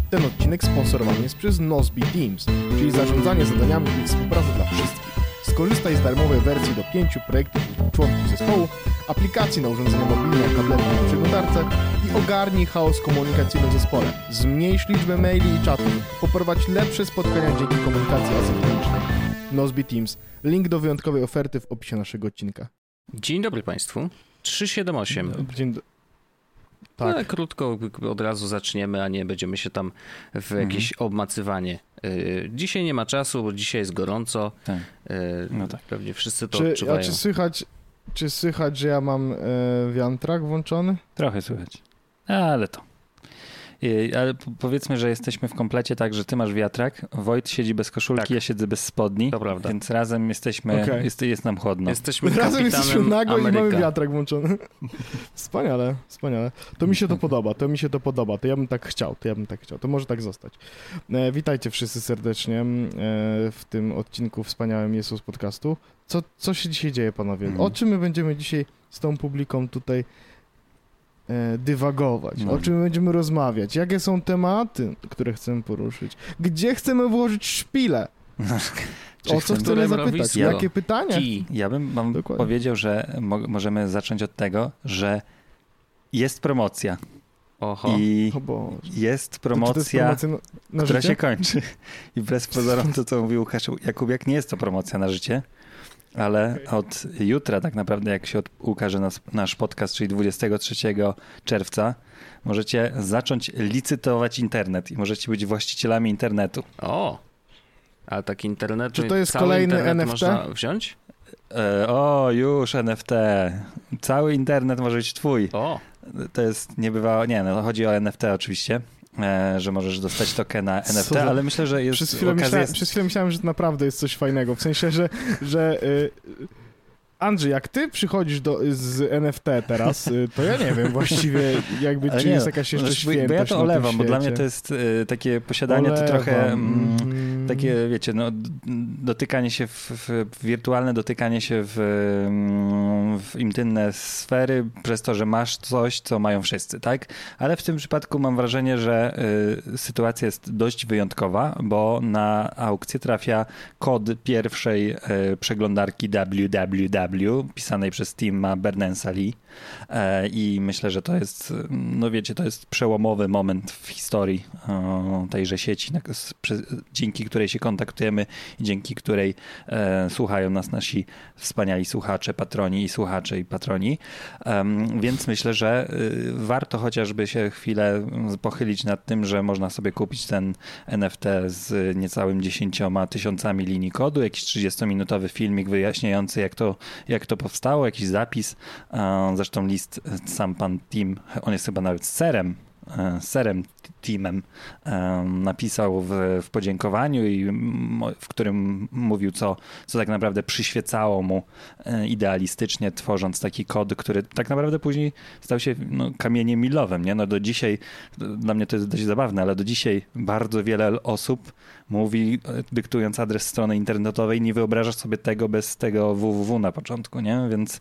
Ten odcinek sponsorowany jest przez Nozbe Teams, czyli zarządzanie zadaniami i współpraca dla wszystkich. Skorzystaj z darmowej wersji do 5 projektów i członków zespołu, aplikacji na urządzenia mobilne jak tablety i przeglądarce i ogarnij chaos komunikacyjny w zespole. Zmniejsz liczbę maili i czatów, poprowadź lepsze spotkania dzięki komunikacji asynchronicznej. Nozbe Teams. Link do wyjątkowej oferty w opisie naszego odcinka. Dzień dobry Państwu. 378. Tak. No, krótko od razu zaczniemy, a nie będziemy się tam w jakieś obmacywanie. Dzisiaj nie ma czasu, bo dzisiaj jest gorąco. Tak. No tak. Pewnie wszyscy to odczuwają. Czy słychać, że ja mam wiatrak włączony? Trochę słychać, ale to. Ale powiedzmy, że jesteśmy w komplecie tak, że ty masz wiatrak, Wojt siedzi bez koszulki, tak. Ja siedzę bez spodni, to prawda. Więc razem jesteśmy, jest nam chłodno. Razem jesteśmy nago i mamy wiatrak włączony. Wspaniale. To mi się to podoba, to ja bym tak chciał, to może tak zostać. Witajcie wszyscy serdecznie w tym odcinku wspaniałym Jesus Podcastu. Co się dzisiaj dzieje, panowie? O czym my będziemy dzisiaj z tą publiką tutaj dywagować, o czym będziemy rozmawiać, jakie są tematy, które chcemy poruszyć, gdzie chcemy włożyć szpilę, o co chcemy zapytać, jakie pytania. Ja bym powiedział, że możemy zacząć od tego, że jest promocja. I jest promocja, która się kończy. I wbrew pozorom to, co mówił Łukasz Jakubiak, nie jest to promocja na życie. Ale od jutra tak naprawdę, jak się ukaże nasz podcast, czyli 23 czerwca, możecie zacząć licytować internet i możecie być właścicielami internetu. O! A tak internet. Czy to jest kolejny NFT? Można wziąć? Już NFT. Cały internet może być twój. O! To jest niebywałe. Nie, no chodzi o NFT oczywiście. Że możesz dostać tokena NFT, ale myślę, że jest Przez chwilę myślałem, że to naprawdę jest coś fajnego, w sensie, że Andrzej, jak ty przychodzisz z NFT teraz, to ja nie wiem właściwie jakby, czy jest jakaś jeszcze świętość. Bo ja to olewam, bo dla mnie to jest takie posiadanie, to trochę takie, wiecie, no, dotykanie się wirtualne dotykanie się w intymne sfery przez to, że masz coś, co mają wszyscy, tak? Ale w tym przypadku mam wrażenie, że sytuacja jest dość wyjątkowa, bo na aukcję trafia kod pierwszej przeglądarki www, pisanej przez Tima Berners-Lee i myślę, że to jest, no wiecie, to jest przełomowy moment w historii tejże sieci, dzięki której się kontaktujemy i dzięki której słuchają nas nasi wspaniali słuchacze, patroni i słuchacze i patroni, więc myślę, że warto chociażby się chwilę pochylić nad tym, że można sobie kupić ten NFT z niecałym 10 tysiącami linii kodu, jakiś 30-minutowy filmik wyjaśniający, jak to powstało, jakiś zapis. Zresztą list sam pan Tim, on jest chyba nawet serem Timem, napisał w podziękowaniu i w którym mówił, co tak naprawdę przyświecało mu idealistycznie, tworząc taki kod, który tak naprawdę później stał się kamieniem milowym. Nie? No do dzisiaj, dla mnie to jest dość zabawne, ale do dzisiaj bardzo wiele osób mówi, dyktując adres strony internetowej, nie wyobrażasz sobie tego bez tego www na początku, nie? Więc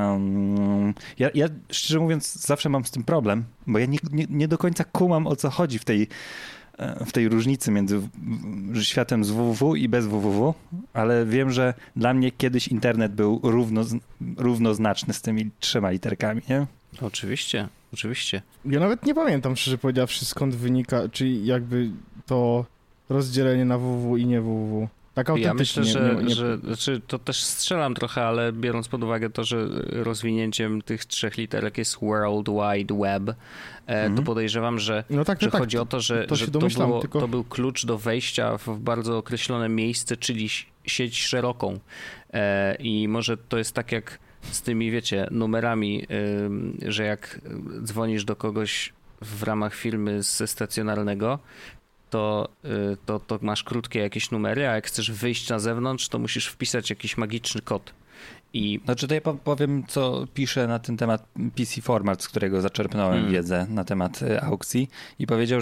ja szczerze mówiąc zawsze mam z tym problem, bo ja nie do końca kumam, o co chodzi w tej różnicy między światem z www i bez www, ale wiem, że dla mnie kiedyś internet był równoznaczny z tymi 3 literkami, nie? Oczywiście. Ja nawet nie pamiętam, szczerze powiedziawszy, skąd wynika, czy jakby to rozdzielenie na www i nie www. Tak autentycznie. Ja myślę, że znaczy, to też strzelam trochę, ale biorąc pod uwagę to, że rozwinięciem tych 3 literek jest World Wide Web, to podejrzewam, że, że chodzi o to, że to był klucz do wejścia w bardzo określone miejsce, czyli sieć szeroką. I może to jest tak jak z tymi, wiecie, numerami, że jak dzwonisz do kogoś w ramach firmy ze stacjonarnego, to masz krótkie jakieś numery, a jak chcesz wyjść na zewnątrz, to musisz wpisać jakiś magiczny kod. Znaczy to ja powiem, co pisze na ten temat PC Format, z którego zaczerpnąłem wiedzę na temat aukcji i powiedział,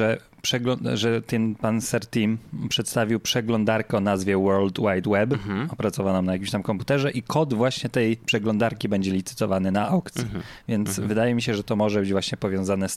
że ten pan Sir Tim przedstawił przeglądarkę o nazwie World Wide Web, opracowaną na jakimś tam komputerze i kod właśnie tej przeglądarki będzie licytowany na aukcji. Więc wydaje mi się, że to może być właśnie powiązane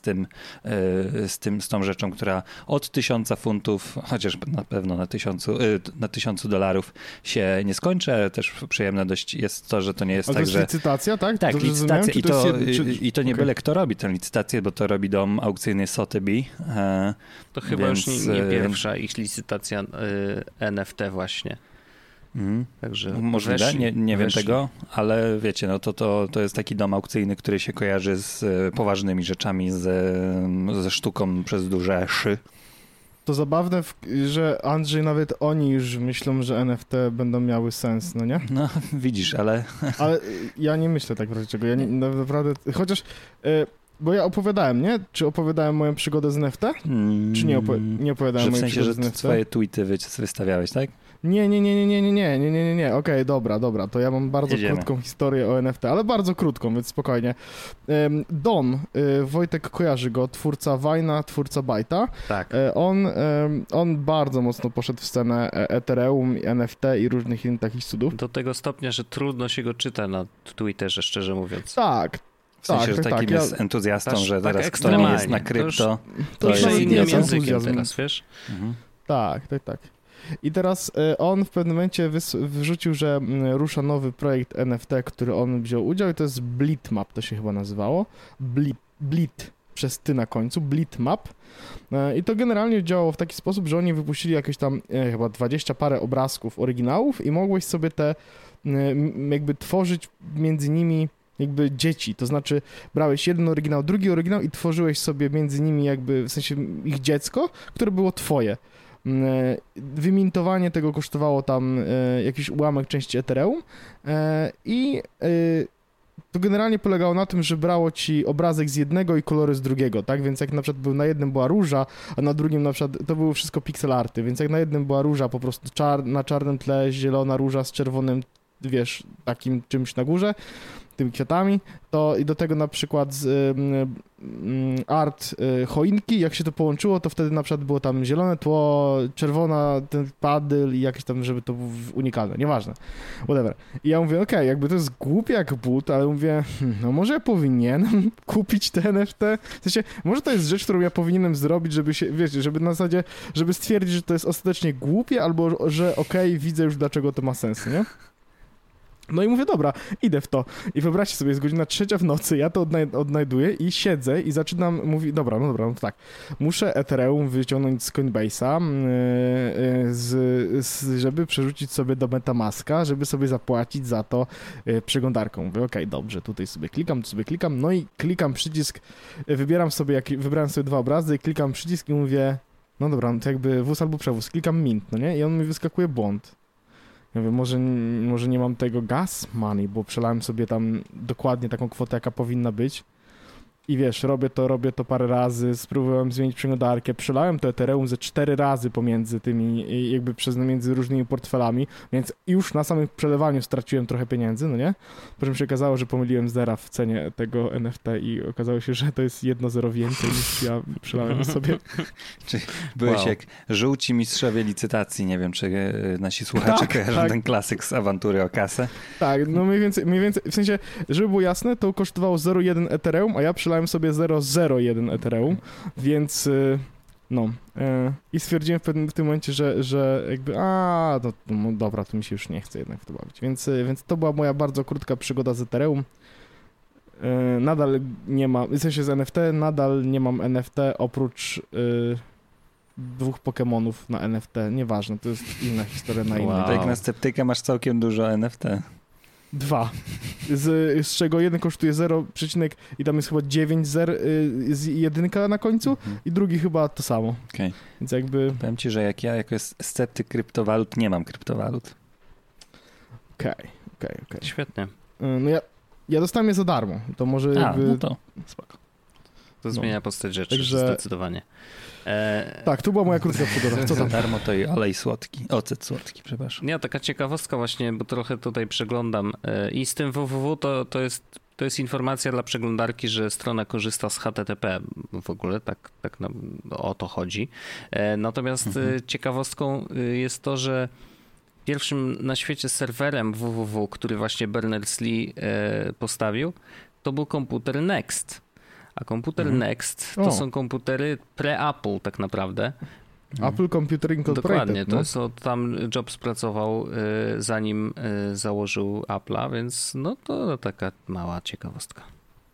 z tą rzeczą, która od 1000 funtów, chociaż na pewno na $1000 się nie skończy, ale też przyjemne dość jest to, że to nie jest tak, że... to jest licytacja, tak? Tak, licytacja i to nie byle kto robi tę licytację, bo to robi dom aukcyjny Sotheby. To chyba już nie pierwsza ich licytacja NFT właśnie. Także możliwe, nie wiem tego, ale wiecie, no to jest taki dom aukcyjny, który się kojarzy z poważnymi rzeczami, ze sztuką przez duże szy. To zabawne, że Andrzej, nawet oni już myślą, że NFT będą miały sens, no nie? No, widzisz, ale... Ale ja nie myślę tak w razie czego. Ja naprawdę, chociaż... Bo ja opowiadałem, nie? Czy opowiadałem moją przygodę z NFT? Czy nie opowiadałem mojej przygody z NFT? W sensie, że twoje tweety wystawiałeś, tak? Nie. Okej, dobra. To ja mam bardzo krótką historię o NFT, ale bardzo krótką, więc spokojnie. Don, Wojtek kojarzy go, twórca Vine'a, twórca Byte'a. Tak. On bardzo mocno poszedł w scenę Ethereum, NFT i różnych innych takich cudów. Do tego stopnia, że trudno się go czyta na Twitterze, szczerze mówiąc. Tak. W sensie, że takim jest entuzjastą, że teraz kto nie jest na krypto, to jest innym językiem teraz, wiesz? Tak. I teraz on w pewnym momencie wyrzucił, że rusza nowy projekt NFT, który on wziął udział i to jest Blitmap, to się chyba nazywało. Blit przez ty na końcu, Blitmap. I to generalnie działało w taki sposób, że oni wypuścili jakieś tam chyba 20 parę obrazków oryginałów i mogłeś sobie te jakby tworzyć między nimi jakby dzieci, to znaczy brałeś jeden oryginał, drugi oryginał i tworzyłeś sobie między nimi jakby, w sensie ich dziecko, które było twoje. Wymintowanie tego kosztowało tam jakiś ułamek części Ethereum i to generalnie polegało na tym, że brało ci obrazek z jednego i kolory z drugiego, tak? Więc jak na przykład na jednym była róża, a na drugim na przykład to były wszystko pixel arty, więc jak na jednym była róża po prostu na czarnym tle, zielona róża z czerwonym, wiesz, takim czymś na górze, tymi kwiatami, to i do tego na przykład art choinki, jak się to połączyło, to wtedy na przykład było tam zielone tło, czerwona, ten padyl i jakieś tam, żeby to było unikalne, nieważne, whatever. I ja mówię, okej, jakby to jest głupie jak but, ale mówię, no może ja powinienem kupić te NFT, w sensie, może to jest rzecz, którą ja powinienem zrobić, żeby się, wiecie, żeby na zasadzie, żeby stwierdzić, że to jest ostatecznie głupie, albo że widzę już dlaczego to ma sens, nie? No i mówię, dobra, idę w to. I wyobraźcie sobie, jest godzina 3 w nocy, ja to odnajduję i siedzę i zaczynam, mówię, dobra, no to tak. Muszę Ethereum wyciągnąć z Coinbase'a, żeby przerzucić sobie do MetaMaska, żeby sobie zapłacić za to przeglądarką. Mówię, okej, dobrze, tutaj sobie klikam, no i klikam przycisk, wybrałem sobie 2 obrazy, klikam przycisk i mówię, no dobra, no to jakby wóz albo przewóz, klikam mint, no nie? I on mi wyskakuje błąd. Ja mówię, może nie mam tego gas money, bo przelałem sobie tam dokładnie taką kwotę, jaka powinna być. I wiesz, robię to parę razy, spróbowałem zmienić przeglądarkę, przelałem to Ethereum ze 4 razy pomiędzy tymi, jakby między różnymi portfelami, więc już na samym przelewaniu straciłem trochę pieniędzy, no nie? Po czym się okazało, że pomyliłem zera w cenie tego NFT i okazało się, że to jest 1 zero więcej niż ja przelałem sobie. Czyli byłeś jak żółci mistrzowie licytacji, nie wiem, czy nasi słuchacze kojarzą ten klasyk z awantury o kasę. Tak, no mniej więcej, w sensie, żeby było jasne, to kosztowało 0,1 Ethereum, a ja przelałem sobie 0,01 Ethereum, więc i stwierdziłem w tym momencie, że jakby no dobra, to mi się już nie chce jednak w to bawić, więc to była moja bardzo krótka przygoda z Ethereum. Nadal nie mam, w sensie z NFT, nadal nie mam NFT oprócz 2 Pokemonów na NFT, nieważne, to jest inna historia na innej. To jak na sceptyka masz całkiem dużo NFT. 2, z czego jeden kosztuje 0, i tam jest chyba 9 z 1 na końcu i drugi chyba to samo. Okay. Więc jakby... Powiem ci, że jak ja jako sceptyk kryptowalut nie mam kryptowalut. Okej. Świetnie. No ja dostałem je za darmo, to może jakby... no to spoko. To zmienia postać rzeczy, zdecydowanie. Tak, tu była moja krótka przygoda. Co tam? Darmo to i olej słodki, ocet słodki, przepraszam. Nie, taka ciekawostka właśnie, bo trochę tutaj przeglądam i z tym www to jest informacja dla przeglądarki, że strona korzysta z HTTP. W ogóle tak o to chodzi. Natomiast ciekawostką jest to, że pierwszym na świecie serwerem www, który właśnie Berners-Lee postawił, to był komputer Next. A komputer Next to są komputery pre-Apple tak naprawdę. Apple Computer Incorporated. Dokładnie, tam Jobs pracował zanim założył Apple'a, więc no to taka mała ciekawostka.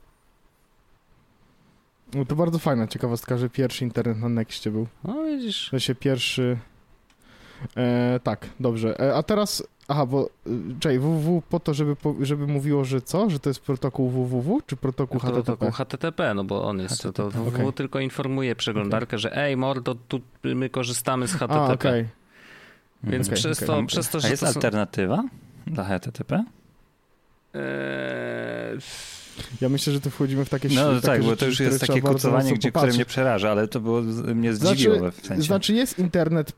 No to bardzo fajna ciekawostka, że pierwszy internet na Nexcie był. No widzisz. Że się pierwszy... tak, dobrze. A teraz... Aha, bo www po to, żeby mówiło, że co? Że to jest protokół www, czy protokół HTTP? Protokół HTTP, no bo on jest, HTTP. To www tylko informuje przeglądarkę, że ej mordo, tu my korzystamy z HTTP. Więc przez to, że jest alternatywa dla HTTP? Ja myślę, że tu wchodzimy w takie... No tak, bo to już jest takie kocowanie, które mnie przeraża, ale to mnie zdziwiło w sensie. Znaczy jest internet...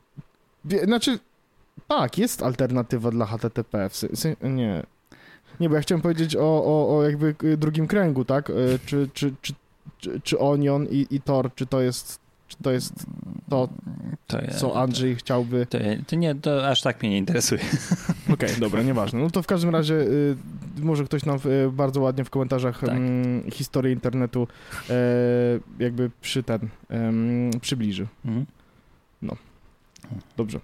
Tak, jest alternatywa dla HTTP. Nie, bo ja chciałem powiedzieć o jakby drugim kręgu, tak? Czy Onion i Tor, czy to jest to co Andrzej chciałby... To aż tak mnie nie interesuje. Okej, dobra, nieważne. No to w każdym razie może ktoś nam bardzo ładnie w komentarzach historię internetu jakby przybliży. No, dobrze.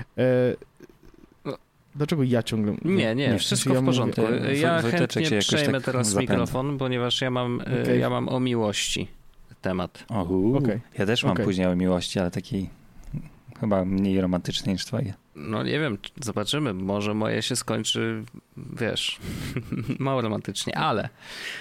Dlaczego ja ciągle... Nie, wszystko w porządku. Ja chętnie przejmę teraz mikrofon, ponieważ ja mam o miłości temat. Ja też mam później o miłości, ale takiej chyba mniej romantycznej niż twoje. No nie wiem, zobaczymy. Może moje się skończy, wiesz, mało romantycznie, ale...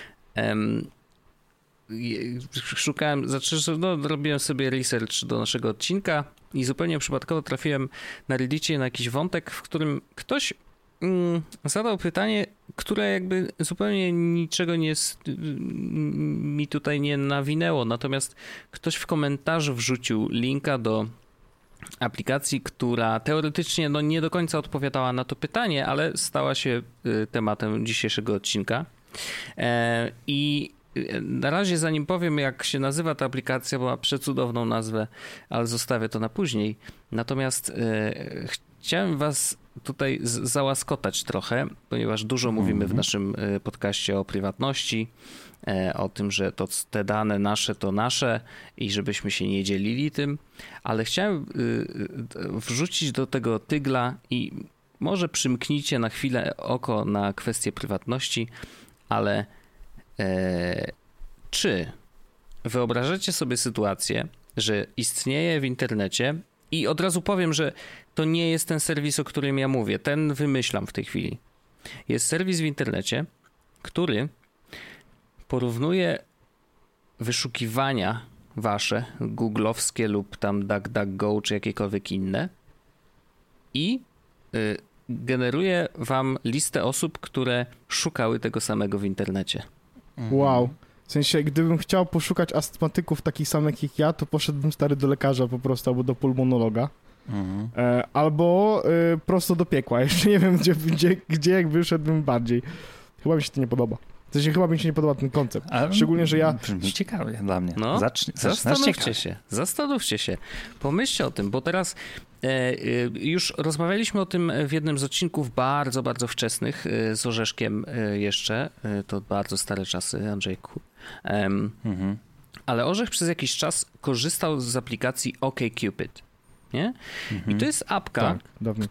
robiłem sobie research do naszego odcinka i zupełnie przypadkowo trafiłem na Reddicie na jakiś wątek, w którym ktoś zadał pytanie, które jakby zupełnie niczego mi tutaj nie nawinęło, natomiast ktoś w komentarzu wrzucił linka do aplikacji, która teoretycznie nie do końca odpowiadała na to pytanie, ale stała się tematem dzisiejszego odcinka. I na razie, zanim powiem, jak się nazywa ta aplikacja, bo ma przecudowną nazwę, ale zostawię to na później. Natomiast chciałem was tutaj załaskotać trochę, ponieważ dużo mówimy w naszym podcaście o prywatności, o tym, że te dane nasze to nasze i żebyśmy się nie dzielili tym, ale chciałem wrzucić do tego tygla i może przymknijcie na chwilę oko na kwestię prywatności, ale czy wyobrażacie sobie sytuację, że istnieje w internecie i od razu powiem, że to nie jest ten serwis, o którym ja mówię, ten wymyślam w tej chwili. Jest serwis w internecie, który porównuje wyszukiwania wasze, googlowskie lub tam DuckDuckGo czy jakiekolwiek inne i generuje wam listę osób, które szukały tego samego w internecie. Wow. W sensie, gdybym chciał poszukać astmatyków takich samych jak ja, to poszedłbym stary do lekarza po prostu, albo do pulmonologa. Albo prosto do piekła. Jeszcze nie wiem, gdzie jakby szedłbym bardziej. Chyba mi się to nie podoba. W sensie, chyba mi się nie podoba ten koncept. Szczególnie, że ja... Brzmi ciekawie dla mnie. No, zastanówcie się. Pomyślcie o tym, bo teraz już rozmawialiśmy o tym w jednym z odcinków bardzo, bardzo wczesnych z Orzeszkiem jeszcze. To bardzo stare czasy, Andrzejku. Ale Orzech przez jakiś czas korzystał z aplikacji OkCupid. Nie? I to jest apka,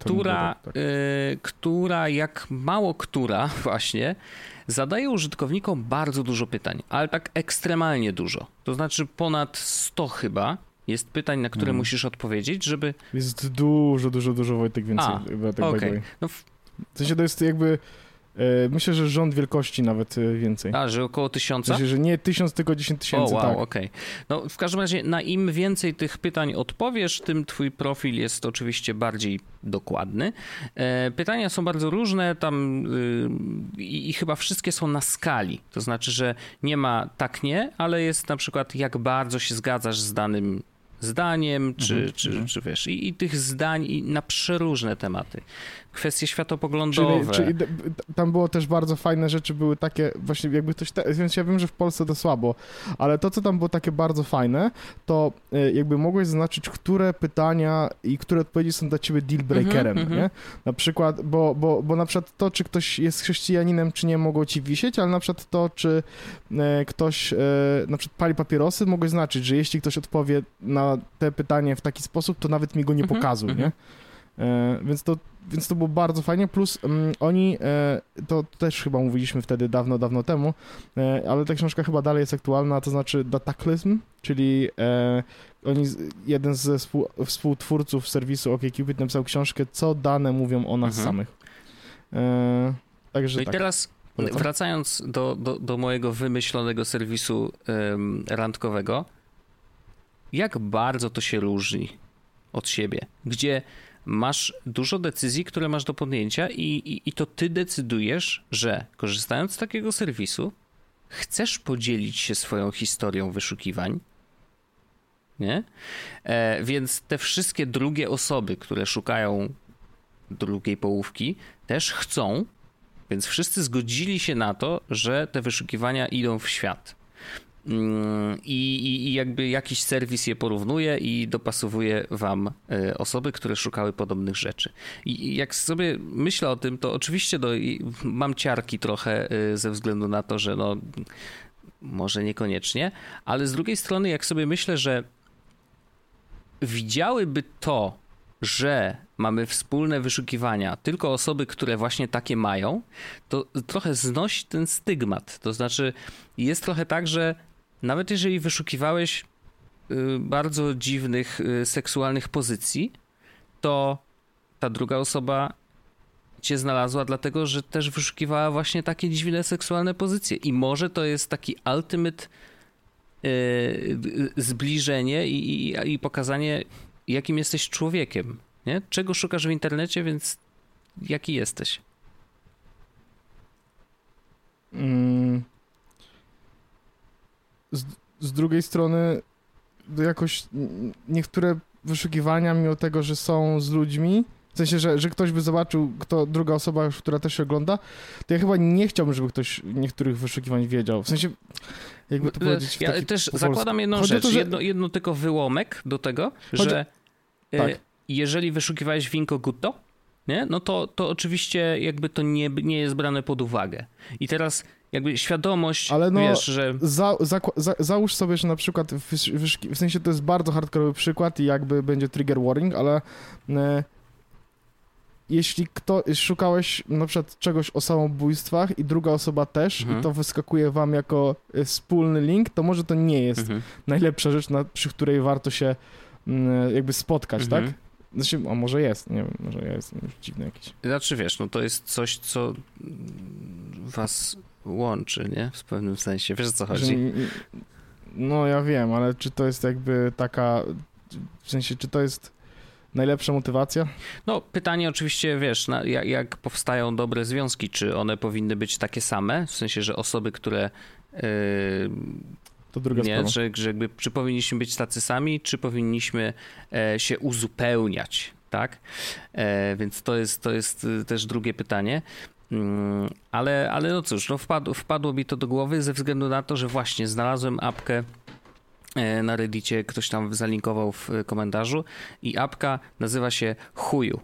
która jak mało która właśnie zadaje użytkownikom bardzo dużo pytań, ale tak ekstremalnie dużo. To znaczy ponad 100 chyba jest pytań, na które musisz odpowiedzieć, żeby... Jest dużo, Wojtek, więcej. Okej. No w sensie to jest jakby... Myślę, że rząd wielkości nawet więcej. Że około 1000? W sensie, że nie 1000, tylko 10 000, tak. Okej. No w każdym razie, na im więcej tych pytań odpowiesz, tym twój profil jest oczywiście bardziej dokładny. Pytania są bardzo różne tam i chyba wszystkie są na skali. To znaczy, że nie ma tak nie, ale jest na przykład jak bardzo się zgadzasz z danym zdaniem, czy wiesz, i tych zdań na przeróżne tematy. Kwestie światopoglądowe. Czyli tam było też bardzo fajne rzeczy, były takie właśnie jakby ktoś, więc ja wiem, że w Polsce to słabo, ale to, co tam było takie bardzo fajne, to jakby mogłeś zaznaczyć, które pytania i które odpowiedzi są dla ciebie deal breakerem, nie? Na przykład, bo na przykład to, czy ktoś jest chrześcijaninem, czy nie, mogło ci wisieć, ale na przykład to, czy ktoś na przykład pali papierosy, mogłeś znaczyć, że jeśli ktoś odpowie na te pytanie w taki sposób, to nawet mi go nie pokazuj, nie? Więc to było bardzo fajnie, plus oni, to też chyba mówiliśmy wtedy dawno temu, ale ta książka chyba dalej jest aktualna, to znaczy Dataclysm, czyli jeden ze współtwórców serwisu OkCupid napisał książkę, co dane mówią o nas samych. Także no i teraz wracając do mojego wymyślonego serwisu randkowego, jak bardzo to się różni od siebie, gdzie masz dużo decyzji, które masz do podjęcia i to ty decydujesz, że korzystając z takiego serwisu chcesz podzielić się swoją historią wyszukiwań, nie? Więc te wszystkie drugie osoby, które szukają drugiej połówki, też chcą, więc wszyscy zgodzili się na to, że te wyszukiwania idą w świat. I jakby jakiś serwis je porównuje i dopasowuje wam osoby, które szukały podobnych rzeczy. I jak sobie myślę o tym, to oczywiście mam ciarki trochę ze względu na to, że no może niekoniecznie, ale z drugiej strony jak sobie myślę, że widziałyby to, że mamy wspólne wyszukiwania, tylko osoby, które właśnie takie mają, to trochę znosi ten stygmat. To znaczy jest trochę tak, że nawet jeżeli wyszukiwałeś bardzo dziwnych seksualnych pozycji, to ta druga osoba cię znalazła dlatego, że też wyszukiwała właśnie takie dziwne seksualne pozycje. I może to jest taki ultimate zbliżenie i pokazanie, jakim jesteś człowiekiem, nie? Czego szukasz w internecie, więc jaki jesteś? Z drugiej strony jakoś niektóre wyszukiwania, mimo tego, że są z ludźmi, w sensie, że ktoś by zobaczył, druga osoba, która też się ogląda, to ja chyba nie chciałbym, żeby ktoś niektórych wyszukiwań wiedział. W sensie, jakby to powiedzieć. Ja też zakładam jedną rzecz, to, że... jedno tylko wyłomek do tego, że tak. Jeżeli wyszukiwałeś w incognito, nie? No to oczywiście jakby to nie jest brane pod uwagę. I teraz jakby świadomość, ale no, wiesz, że... Załóż sobie, że na przykład w sensie to jest bardzo hardkorowy przykład i jakby będzie trigger warning, ale jeśli szukałeś na przykład czegoś o samobójstwach i druga osoba też i to wyskakuje wam jako wspólny link, to może to nie jest najlepsza rzecz, przy której warto się jakby spotkać, tak? Znaczy, a może jest, nie wiem, może jest dziwny jakiś. Znaczy wiesz, no to jest coś, co was łączy, nie? W pewnym sensie. Wiesz, o co chodzi? No ja wiem, ale czy to jest jakby taka, w sensie, czy to jest najlepsza motywacja? No pytanie oczywiście, wiesz, jak powstają dobre związki, czy one powinny być takie same? W sensie, że osoby, które... To druga sprawa. Że jakby, czy powinniśmy być tacy sami, czy powinniśmy się uzupełniać, tak? Więc to jest też drugie pytanie. Ale no cóż, no wpadło mi to do głowy ze względu na to, że właśnie znalazłem apkę na Reddicie, ktoś tam zalinkował w komentarzu i apka nazywa się Chuju.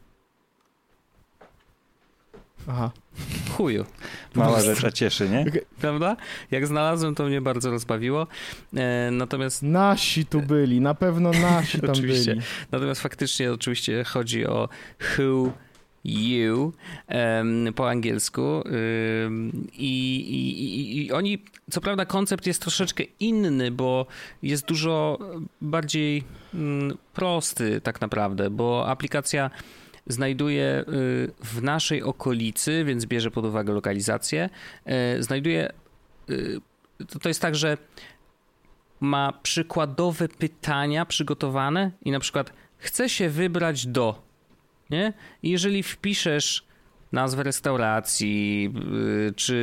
Aha. Chuju. Mała rzecz, a cieszy, nie? Prawda? Jak znalazłem, to mnie bardzo rozbawiło. Natomiast... Nasi tu byli, na pewno nasi tam byli. Natomiast faktycznie oczywiście chodzi o who you po angielsku i oni, co prawda koncept jest troszeczkę inny, bo jest dużo bardziej prosty tak naprawdę, bo aplikacja znajduje w naszej okolicy, więc bierze pod uwagę lokalizację, znajduje, to jest tak, że ma przykładowe pytania przygotowane i na przykład chce się wybrać do, nie? I jeżeli wpiszesz nazwę restauracji,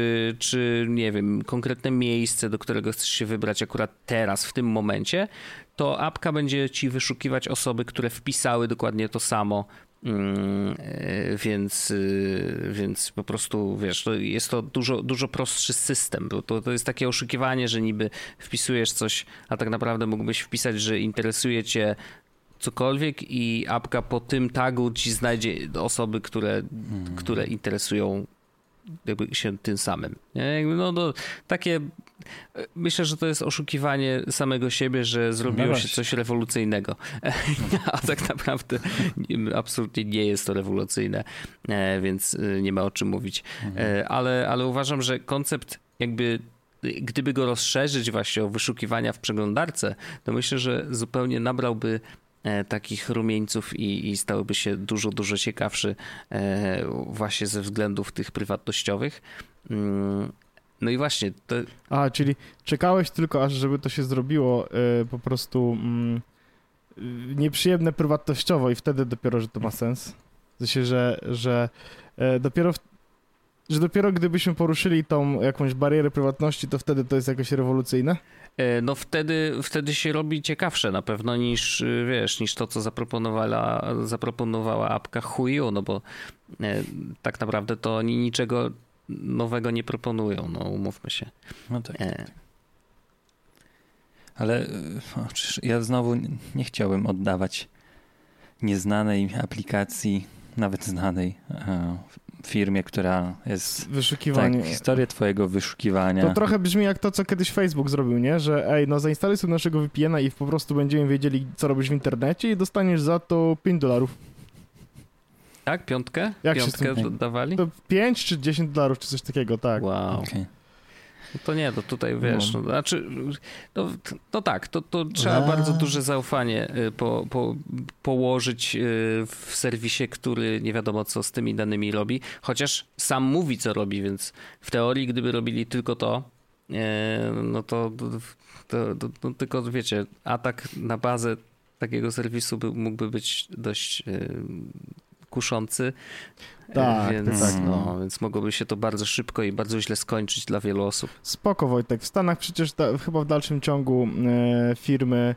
czy nie wiem, konkretne miejsce, do którego chcesz się wybrać akurat teraz, w tym momencie, to apka będzie ci wyszukiwać osoby, które wpisały dokładnie to samo. Więc po prostu, wiesz, jest to dużo prostszy system, bo to jest takie oszukiwanie, że niby wpisujesz coś, a tak naprawdę mógłbyś wpisać, że interesuje cię cokolwiek i apka po tym tagu ci znajdzie osoby, które interesują jakby się tym samym. Takie myślę, że to jest oszukiwanie samego siebie, że zrobiło się coś rewolucyjnego. A tak naprawdę absolutnie nie jest to rewolucyjne, więc nie ma o czym mówić. Ale uważam, że koncept jakby gdyby go rozszerzyć właśnie o wyszukiwania w przeglądarce, to myślę, że zupełnie nabrałby takich rumieńców i stałyby się dużo ciekawszy właśnie ze względów tych prywatnościowych. No i właśnie. Czyli czekałeś tylko aż żeby to się zrobiło po prostu nieprzyjemne prywatnościowo i wtedy dopiero, że to ma sens. W sensie, że dopiero gdybyśmy poruszyli tą jakąś barierę prywatności, to wtedy to jest jakoś rewolucyjne? No wtedy się robi ciekawsze na pewno niż to, co zaproponowała apka Huiyu, no bo tak naprawdę to oni niczego nowego nie proponują, no umówmy się. No tak. Ale ja znowu nie chciałbym oddawać nieznanej aplikacji, nawet znanej firmie, która jest... Wyszukiwanie. Tak, historię twojego wyszukiwania. To trochę brzmi jak to, co kiedyś Facebook zrobił, nie? Że zainstaluj sobie naszego VPN-a i po prostu będziemy wiedzieli, co robisz w internecie i dostaniesz za to $5. Tak? Piątkę? Jak Piątkę dawali? To 5 czy $10 czy coś takiego, tak. Wow. Okay. To nie, to tutaj wiesz, to trzeba bardzo duże zaufanie położyć w serwisie, który nie wiadomo co z tymi danymi robi, chociaż sam mówi co robi, więc w teorii gdyby robili tylko to, no to tylko wiecie, atak na bazę takiego serwisu mógłby być dość kuszący, więc mogłoby się to bardzo szybko i bardzo źle skończyć dla wielu osób. Spoko, Wojtek. W Stanach przecież chyba w dalszym ciągu firmy,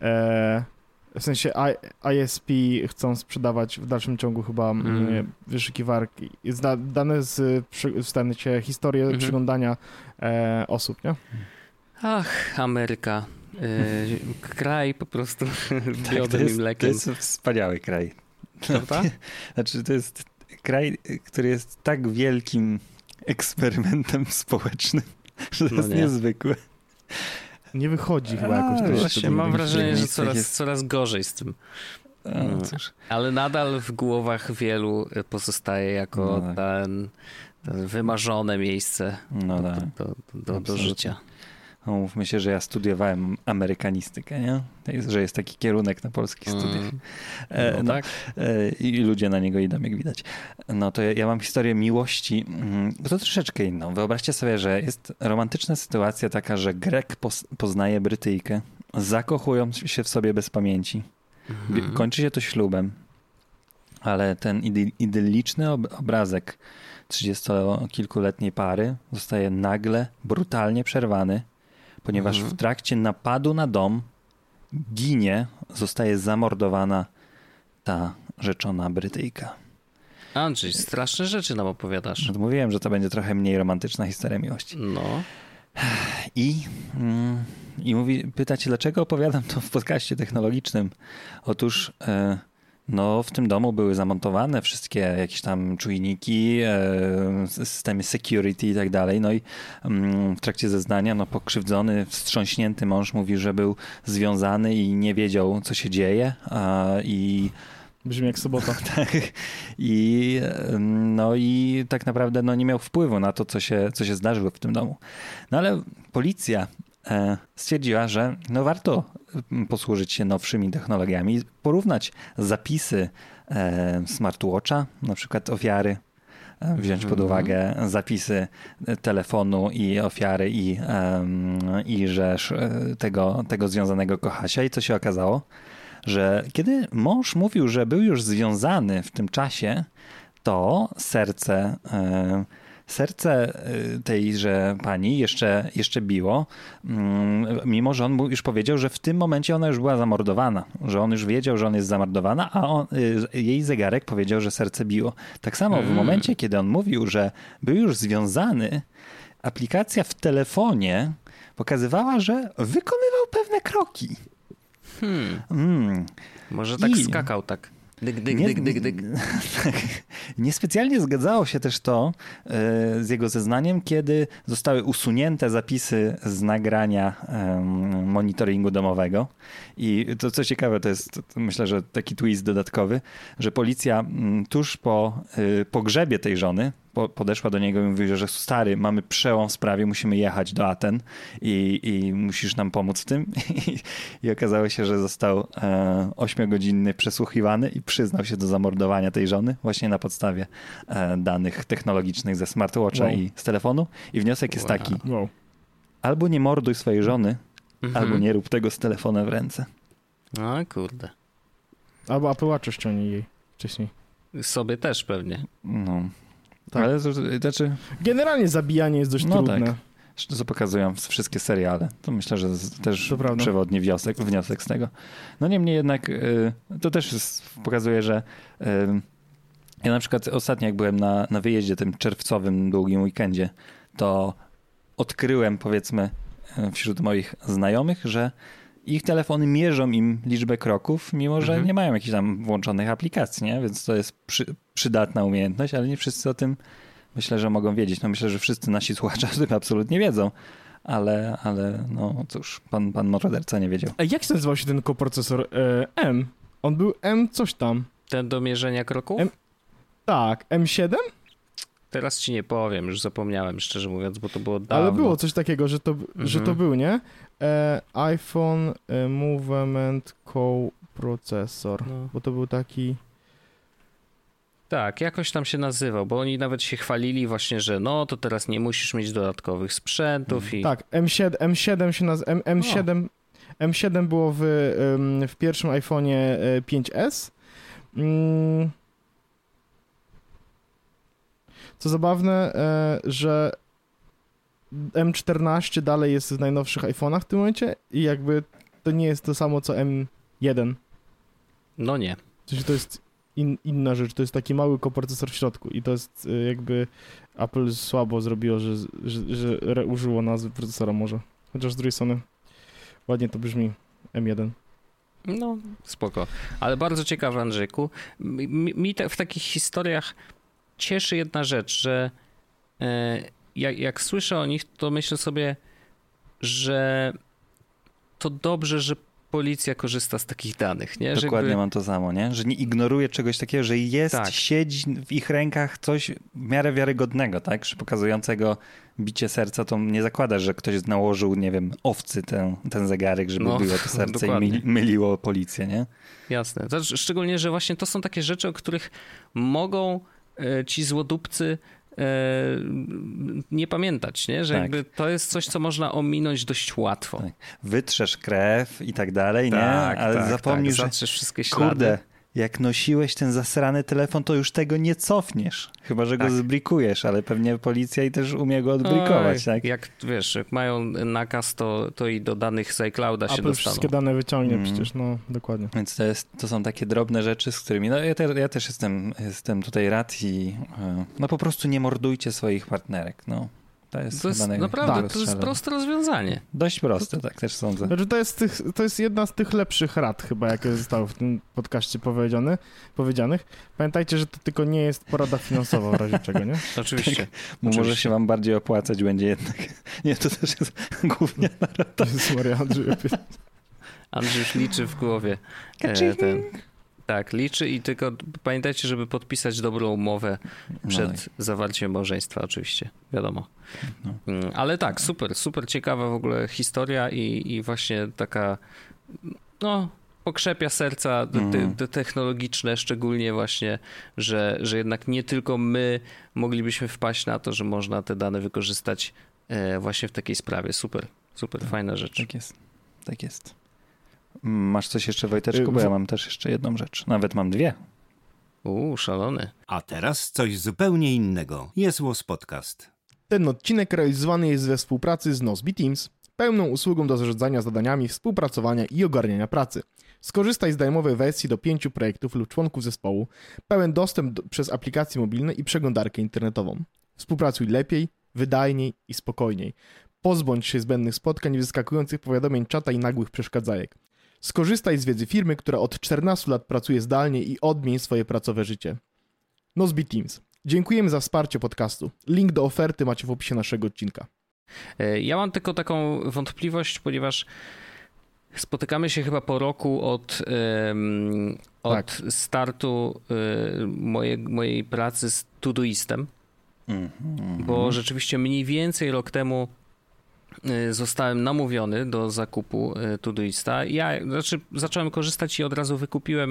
w sensie ISP chcą sprzedawać w dalszym ciągu chyba wyszukiwarki. Jest dane w sensie historię przeglądania osób, nie? Ach, Ameryka. Kraj po prostu biodem i mlekiem. To jest wspaniały kraj. Prawda? Znaczy, to jest kraj, który jest tak wielkim eksperymentem społecznym, że to jest niezwykłe. Nie wychodzi chyba jakoś. Właśnie mam wrażenie, że coraz gorzej z tym. Ale nadal w głowach wielu pozostaje jako ten wymarzone miejsce do życia. No, mówmy się, że ja studiowałem amerykanistykę, nie? Że jest taki kierunek na polskich studiach. Tak. I ludzie na niego idą, jak widać. No to ja mam historię miłości, to troszeczkę inną. Wyobraźcie sobie, że jest romantyczna sytuacja taka, że Grek poznaje Brytyjkę, zakochują się w sobie bez pamięci. Kończy się to ślubem, ale ten idylliczny obrazek 30-kilkuletniej pary zostaje nagle, brutalnie przerwany, ponieważ w trakcie napadu na dom zostaje zamordowana ta rzeczona Brytyjka. Andrzej, straszne rzeczy nam opowiadasz. No mówiłem, że to będzie trochę mniej romantyczna historia miłości. No. I pytacie, dlaczego opowiadam to w podcaście technologicznym? Otóż w tym domu były zamontowane wszystkie jakieś tam czujniki, systemy security i tak dalej. No i w trakcie zeznania pokrzywdzony, wstrząśnięty mąż mówi, że był związany i nie wiedział, co się dzieje. Brzmi jak sobota. Tak. I tak naprawdę nie miał wpływu na to, co się zdarzyło w tym domu. No ale policja stwierdziła, że warto posłużyć się nowszymi technologiami, porównać zapisy smartwatcha, na przykład ofiary, wziąć pod uwagę zapisy telefonu i ofiary i że tego związanego kochasia. I co się okazało? Że kiedy mąż mówił, że był już związany w tym czasie, to serce serce tejże pani jeszcze biło, mimo że on już powiedział, że w tym momencie ona już była zamordowana, że on już wiedział, że on jest zamordowana, a jej zegarek powiedział, że serce biło. Tak samo w momencie, kiedy on mówił, że był już związany, aplikacja w telefonie pokazywała, że wykonywał pewne kroki. Może tak skakał tak. Dyk. Niespecjalnie zgadzało się też to z jego zeznaniem, kiedy zostały usunięte zapisy z nagrania monitoringu domowego. I to co ciekawe, to jest myślę, że taki twist dodatkowy, że policja tuż po pogrzebie tej żony podeszła do niego i mówi, że stary, mamy przełom w sprawie, musimy jechać do Aten i musisz nam pomóc w tym. I okazało się, że został 8-godzinny przesłuchiwany i przyznał się do zamordowania tej żony właśnie na podstawie danych technologicznych ze smartwatcha i z telefonu. I wniosek jest taki, albo nie morduj swojej żony, albo nie rób tego z telefonem w ręce. A kurde. Albo Apple Watcha ściągnij jej wcześniej. Sobie też pewnie. No. Tak. Ale znaczy... Generalnie zabijanie jest dość trudne. Tak. Co pokazują wszystkie seriale. To myślę, że też przewodni wniosek z tego. No niemniej jednak to też pokazuje, że ja na przykład ostatnio jak byłem na wyjeździe tym czerwcowym długim weekendzie, to odkryłem powiedzmy wśród moich znajomych, że ich telefony mierzą im liczbę kroków, mimo że nie mają jakichś tam włączonych aplikacji, nie? Więc to jest przydatna umiejętność, ale nie wszyscy o tym myślę, że mogą wiedzieć. No myślę, że wszyscy nasi słuchacze o tym absolutnie wiedzą, ale no cóż, pan morderca nie wiedział. A jak się nazywał się ten koprocesor M? On był M coś tam. Ten do mierzenia kroków? Tak, M7? Teraz ci nie powiem, już zapomniałem, szczerze mówiąc, bo to było dawno. Ale było coś takiego, że to był, nie? iPhone Movement Co-processor, bo to był taki... Tak, jakoś tam się nazywał, bo oni nawet się chwalili właśnie, że no to teraz nie musisz mieć dodatkowych sprzętów i... Tak, M7 się nazywa... M7 było w pierwszym iPhone'ie 5S. Co zabawne, że M14 dalej jest w najnowszych iPhone'ach w tym momencie i jakby to nie jest to samo co M1. No nie. To jest inna rzecz, to jest taki mały koprocesor w środku i to jest jakby Apple słabo zrobiło, że użyło nazwy procesora może. Chociaż z drugiej strony ładnie to brzmi M1. No, spoko. Ale bardzo ciekawe, Andrzejku. Mi w takich historiach cieszy jedna rzecz, że jak słyszę o nich, to myślę sobie, że to dobrze, że policja korzysta z takich danych, nie? Dokładnie mam to samo, nie? Że nie ignoruje czegoś takiego, że siedzi w ich rękach coś w miarę wiarygodnego, tak? Że pokazującego bicie serca, to nie zakłada, że ktoś nałożył, nie wiem, owcy ten zegarek, żeby było to serce i myliło policję, nie? Jasne. Szczególnie, że właśnie to są takie rzeczy, o których mogą ci złodupcy nie pamiętać, nie? Że jakby to jest coś, co można ominąć dość łatwo. Tak. Wytrzesz krew i tak dalej, nie? Ale zapomnij, że zatrzesz wszystkie ślady. Kurde, jak nosiłeś ten zasrany telefon, to już tego nie cofniesz. Chyba, że go zbrikujesz, ale pewnie policja i też umie go odbrikować, tak? Jak wiesz, jak mają nakaz, to i do danych z iClouda się dostaną. Wszystkie dane wyciągnie przecież, no dokładnie. Więc to są takie drobne rzeczy, z którymi, no ja też jestem tutaj rad i no po prostu nie mordujcie swoich partnerek, no. To jest naprawdę, to jest proste rozwiązanie. Dość proste, tak też sądzę. Znaczy to jest jedna z tych lepszych rad chyba, jakie zostały w tym podcaście powiedzianych. Pamiętajcie, że to tylko nie jest porada finansowa w razie czego, nie? Oczywiście. Tak, może się wam bardziej opłacać będzie jednak. Nie, to też jest głównie rada. Jezus Maria, Andrzej już liczy w głowie. Tak, liczy i tylko pamiętajcie, żeby podpisać dobrą umowę przed zawarciem małżeństwa oczywiście, wiadomo. Ale tak, super ciekawa w ogóle historia i właśnie taka, no, pokrzepia serca technologiczne, szczególnie właśnie, że jednak nie tylko my moglibyśmy wpaść na to, że można te dane wykorzystać właśnie w takiej sprawie. Super, fajna rzecz. Tak jest. Masz coś jeszcze, Wojteczku? Bo ja mam też jeszcze jedną rzecz. Nawet mam dwie. Szalony. A teraz coś zupełnie innego. Jest Podcast. Ten odcinek realizowany jest we współpracy z Nozbe Teams, pełną usługą do zarządzania zadaniami, współpracowania i ogarniania pracy. Skorzystaj z darmowej wersji do 5 projektów lub członków zespołu, pełen dostęp przez aplikacje mobilne i przeglądarkę internetową. Współpracuj lepiej, wydajniej i spokojniej. Pozbądź się zbędnych spotkań, wyskakujących powiadomień czata i nagłych przeszkadzajek. Skorzystaj z wiedzy firmy, która od 14 lat pracuje zdalnie i odmień swoje pracowe życie. Nozbe Teams. Dziękujemy za wsparcie podcastu. Link do oferty macie w opisie naszego odcinka. Ja mam tylko taką wątpliwość, ponieważ spotykamy się chyba po roku od startu mojej pracy z Todoistem, bo rzeczywiście mniej więcej rok zostałem namówiony do zakupu Todoista. Zacząłem korzystać i od razu wykupiłem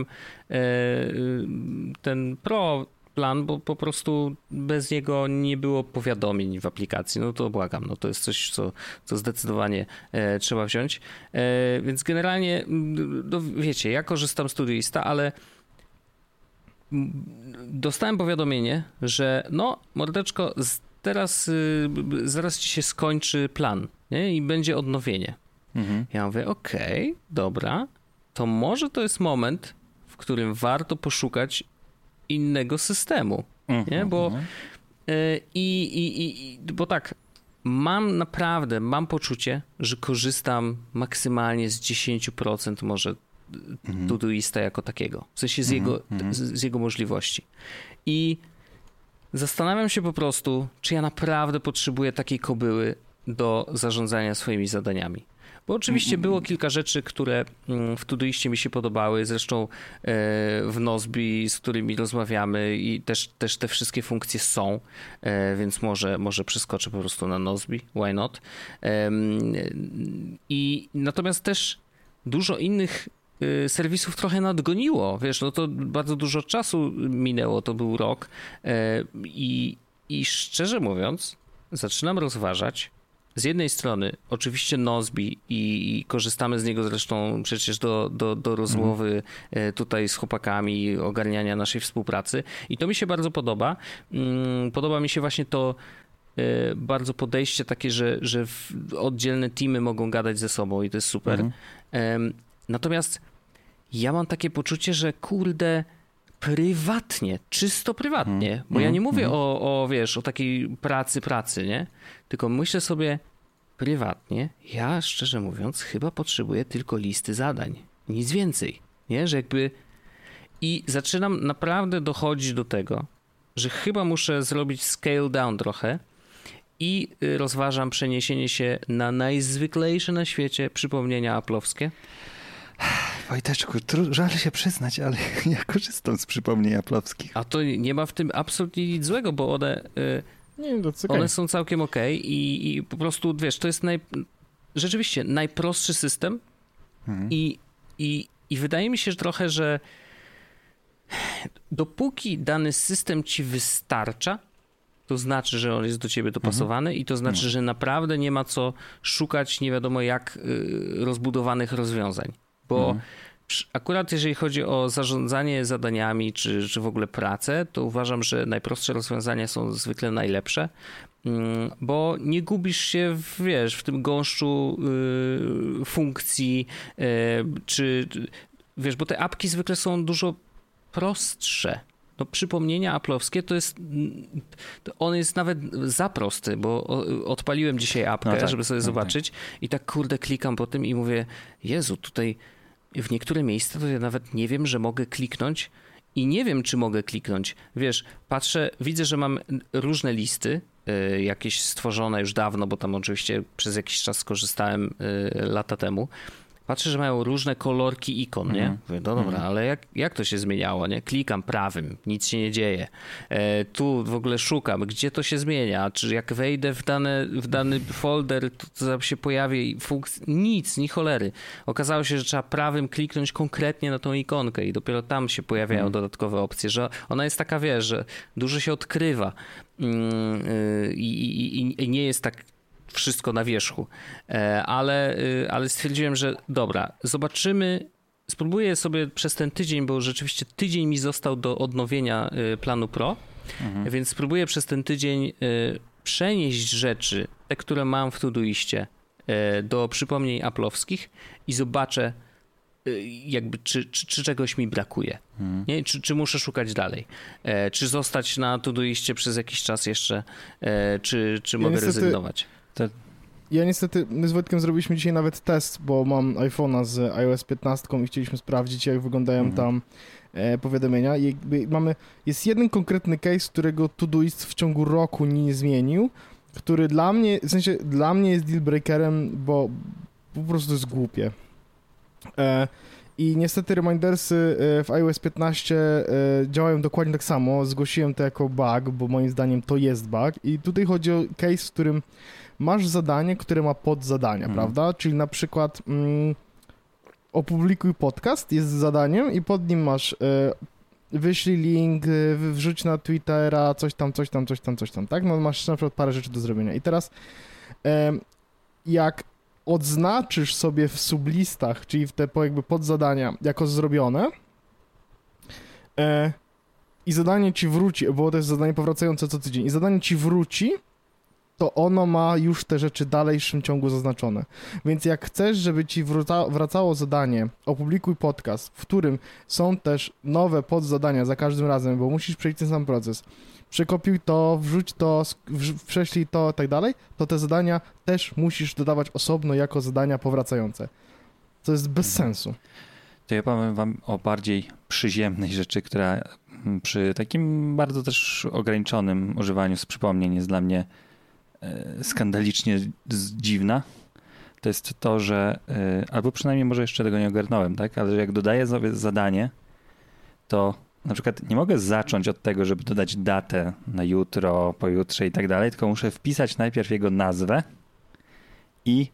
ten Pro plan, bo po prostu bez niego nie było powiadomień w aplikacji. No to błagam, no to jest coś, co zdecydowanie trzeba wziąć. Więc generalnie, no wiecie, ja korzystam z Todoista, ale dostałem powiadomienie, że no mordeczko, teraz zaraz ci się skończy plan, nie? I będzie odnowienie. Ja mówię, okej, dobra, to może to jest moment, w którym warto poszukać innego systemu, nie? Bo tak, mam poczucie, że korzystam maksymalnie z 10% może Todoista jako takiego, w sensie z jego możliwości. I zastanawiam się po prostu, czy ja naprawdę potrzebuję takiej kobyły do zarządzania swoimi zadaniami. Bo oczywiście było kilka rzeczy, które w Todoiście mi się podobały, zresztą w Nozbe, z którymi rozmawiamy i też te wszystkie funkcje są, więc może przeskoczę po prostu na Nozbe, why not? Natomiast też dużo innych serwisów trochę nadgoniło, wiesz, no to bardzo dużo czasu minęło, to był rok i szczerze mówiąc zaczynam rozważać z jednej strony oczywiście Nozbe i korzystamy z niego zresztą przecież do rozmowy tutaj z chłopakami, ogarniania naszej współpracy i to mi się bardzo podoba. Podoba mi się właśnie to bardzo podejście takie, że oddzielne teamy mogą gadać ze sobą i to jest super. Natomiast ja mam takie poczucie, że kurde, prywatnie, czysto prywatnie, bo ja nie mówię o takiej pracy, nie? Tylko myślę sobie prywatnie, ja szczerze mówiąc chyba potrzebuję tylko listy zadań, nic więcej, nie? Że jakby i zaczynam naprawdę dochodzić do tego, że chyba muszę zrobić scale down trochę i rozważam przeniesienie się na najzwyklejsze na świecie przypomnienia Apple'owskie. Wojteczku, żal się przyznać, ale ja korzystam z przypomnień Apple'owskich. A to nie ma w tym absolutnie nic złego, bo one są całkiem okej i po prostu, wiesz, to jest rzeczywiście najprostszy system i wydaje mi się że trochę, że dopóki dany system ci wystarcza, to znaczy, że on jest do ciebie dopasowany i to znaczy, że naprawdę nie ma co szukać nie wiadomo jak rozbudowanych rozwiązań. Bo akurat jeżeli chodzi o zarządzanie zadaniami czy w ogóle pracę, to uważam, że najprostsze rozwiązania są zwykle najlepsze, bo nie gubisz się w tym gąszczu funkcji, bo te apki zwykle są dużo prostsze. No, przypomnienia Apple'owskie on jest nawet za prosty, bo odpaliłem dzisiaj apkę, żeby sobie zobaczyć i tak kurde klikam po tym i mówię, Jezu, tutaj w niektóre miejsca to ja nawet nie wiem, że mogę kliknąć i nie wiem, czy mogę kliknąć. Wiesz, patrzę, widzę, że mam różne listy, jakieś stworzone już dawno, bo tam oczywiście przez jakiś czas skorzystałem lata temu. Patrzę, że mają różne kolorki ikon, nie? Mówię, no dobra, ale jak to się zmieniało, nie? Klikam prawym, nic się nie dzieje. Tu w ogóle szukam, gdzie to się zmienia, czy jak wejdę w dany folder, to się pojawi funkcja, nic, ni cholery. Okazało się, że trzeba prawym kliknąć konkretnie na tą ikonkę i dopiero tam się pojawiają dodatkowe opcje, że ona jest taka, wiesz, że dużo się odkrywa i nie jest tak wszystko na wierzchu, ale stwierdziłem, że dobra, zobaczymy, spróbuję sobie przez ten tydzień, bo rzeczywiście tydzień mi został do odnowienia planu Pro, więc spróbuję przez ten tydzień przenieść rzeczy, te, które mam w Todoistie, do przypomnień Apple'owskich i zobaczę, jakby czy czegoś mi brakuje, nie? Czy muszę szukać dalej, czy zostać na Todoistie przez jakiś czas jeszcze, czy mogę rezygnować. Ja niestety, my z Wojtkiem zrobiliśmy dzisiaj nawet test, bo mam iPhone'a z iOS 15 i chcieliśmy sprawdzić, jak wyglądają tam powiadomienia. I jest jeden konkretny case, którego Todoist w ciągu roku nie zmienił, który dla mnie, w sensie dla mnie jest deal breakerem, bo po prostu jest głupie. I niestety remindersy w iOS 15 działają dokładnie tak samo. Zgłosiłem to jako bug, bo moim zdaniem to jest bug. I tutaj chodzi o case, w którym masz zadanie, które ma podzadania, prawda? Czyli na przykład opublikuj podcast jest zadaniem i pod nim masz wyślij link, wrzuć na Twittera, coś tam, tak? No masz na przykład parę rzeczy do zrobienia. I teraz jak odznaczysz sobie w sublistach, czyli w te jakby podzadania jako zrobione i zadanie ci wróci, bo to jest zadanie powracające co tydzień i zadanie ci wróci, to ono ma już te rzeczy w dalszym ciągu zaznaczone. Więc jak chcesz, żeby ci wracało zadanie, opublikuj podcast, w którym są też nowe podzadania za każdym razem, bo musisz przejść ten sam proces, przekopiuj to, wrzuć to, prześlij to i tak dalej, to te zadania też musisz dodawać osobno jako zadania powracające. To jest bez sensu. To ja powiem wam o bardziej przyziemnej rzeczy, która przy takim bardzo też ograniczonym używaniu z przypomnień jest dla mnie skandalicznie dziwna. To jest to, że albo przynajmniej może jeszcze tego nie ogarnąłem, tak? Ale że jak dodaję sobie zadanie, to na przykład nie mogę zacząć od tego, żeby dodać datę na jutro, pojutrze i tak dalej, tylko muszę wpisać najpierw jego nazwę i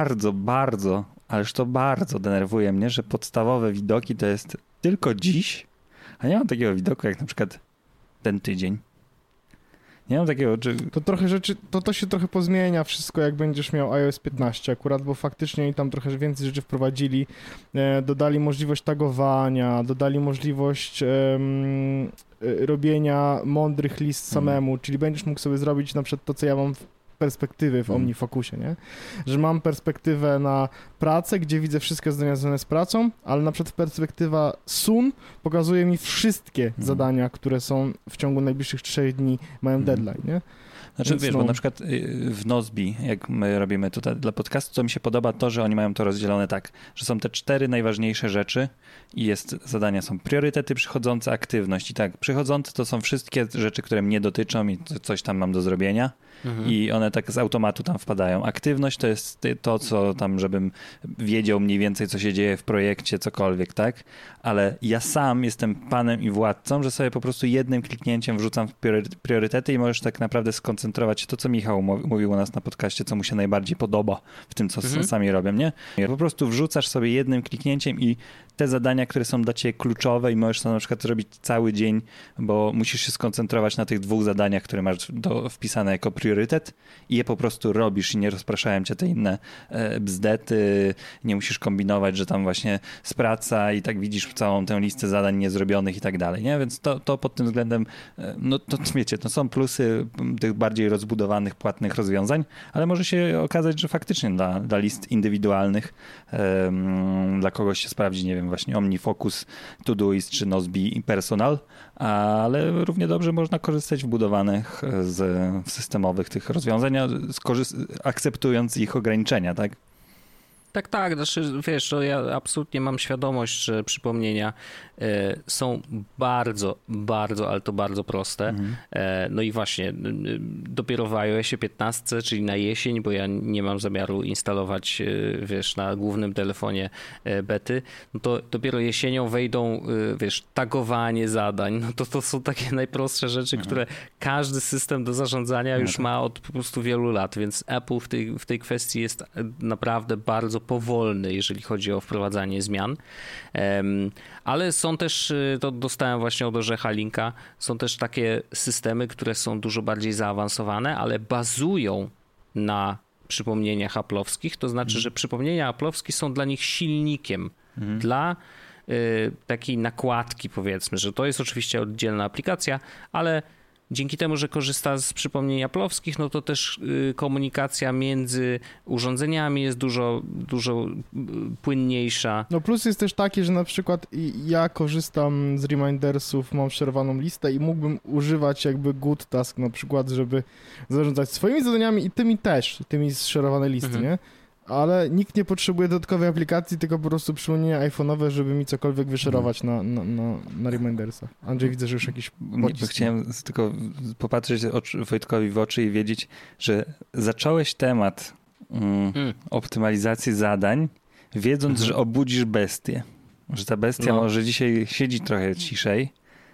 ależ to bardzo denerwuje mnie, że podstawowe widoki to jest tylko dziś, a nie mam takiego widoku jak na przykład ten tydzień. Nie mam takiego, czy... To trochę rzeczy, to się trochę pozmienia wszystko, jak będziesz miał iOS 15 akurat, bo faktycznie oni tam trochę więcej rzeczy wprowadzili, dodali możliwość tagowania, dodali możliwość robienia mądrych list samemu, czyli będziesz mógł sobie zrobić na przykład to, co ja mam perspektywy w OmniFocusie, nie? Że mam perspektywę na pracę, gdzie widzę wszystkie zadania związane z pracą, ale na przykład perspektywa Sun pokazuje mi wszystkie zadania, które są w ciągu najbliższych 3 dni, mają deadline, nie? Znaczy, wiesz, bo na przykład w Nozbi, jak my robimy tutaj dla podcastu, to mi się podoba to, że oni mają to rozdzielone tak, że są te 4 najważniejsze rzeczy i zadania są priorytety, przychodzące, aktywność i tak, przychodzące to są wszystkie rzeczy, które mnie dotyczą i coś tam mam do zrobienia i one tak z automatu tam wpadają. Aktywność to jest to, co tam, żebym wiedział mniej więcej, co się dzieje w projekcie, cokolwiek, tak? Ale ja sam jestem panem i władcą, że sobie po prostu jednym kliknięciem wrzucam w priorytety i możesz tak naprawdę skoncentrować się to, co Michał mówił u nas na podcaście, co mu się najbardziej podoba w tym, co sami robią, nie? Po prostu wrzucasz sobie jednym kliknięciem i te zadania, które są dla ciebie kluczowe i możesz to na przykład zrobić cały dzień, bo musisz się skoncentrować na tych 2 zadaniach, które masz wpisane jako priorytet i je po prostu robisz i nie rozpraszają cię te inne bzdety, nie musisz kombinować, że tam właśnie z praca i tak widzisz całą tę listę zadań niezrobionych i tak dalej, nie? Więc to pod tym względem, no to wiecie, to są plusy tych bardziej rozbudowanych, płatnych rozwiązań, ale może się okazać, że faktycznie dla list indywidualnych dla kogoś się sprawdzi, nie wiem, właśnie OmniFocus, Todoist czy Nozbi Personal, ale równie dobrze można korzystać wbudowanych z systemowych tych rozwiązań, akceptując ich ograniczenia, tak? Tak, znaczy, wiesz, ja absolutnie mam świadomość, że przypomnienia są bardzo, ale to bardzo proste. No i właśnie, dopiero w iOSie 15, czyli na jesień, bo ja nie mam zamiaru instalować, wiesz, na głównym telefonie bety, no to dopiero jesienią wejdą, wiesz, tagowanie zadań, no to są takie najprostsze rzeczy, które każdy system do zarządzania już ma od po prostu wielu lat, więc Apple w tej kwestii jest naprawdę bardzo powolny, jeżeli chodzi o wprowadzanie zmian. Ale są też, to dostałem właśnie od Orzecha linka, są też takie systemy, które są dużo bardziej zaawansowane, ale bazują na przypomnieniach Apple'owskich, to znaczy, że przypomnienia Apple'owskie są dla nich silnikiem dla takiej nakładki, powiedzmy, że to jest oczywiście oddzielna aplikacja, ale dzięki temu, że korzysta z przypomnień Apple'owskich, no to też komunikacja między urządzeniami jest dużo płynniejsza. No plus jest też taki, że na przykład ja korzystam z Remindersów, mam szerowaną listę i mógłbym używać jakby Good Task na przykład, żeby zarządzać swoimi zadaniami i tymi z szerowanej listy, nie? Ale nikt nie potrzebuje dodatkowej aplikacji, tylko po prostu przypomnienia iPhone'owe, żeby mi cokolwiek wyszerować na Remindersach. Andrzej, widzę, że już jakiś pocisk. Chciałem tylko popatrzeć Wojtkowi w oczy i wiedzieć, że zacząłeś temat optymalizacji zadań, wiedząc, że obudzisz bestię. Że ta bestia może dzisiaj siedzieć trochę ciszej.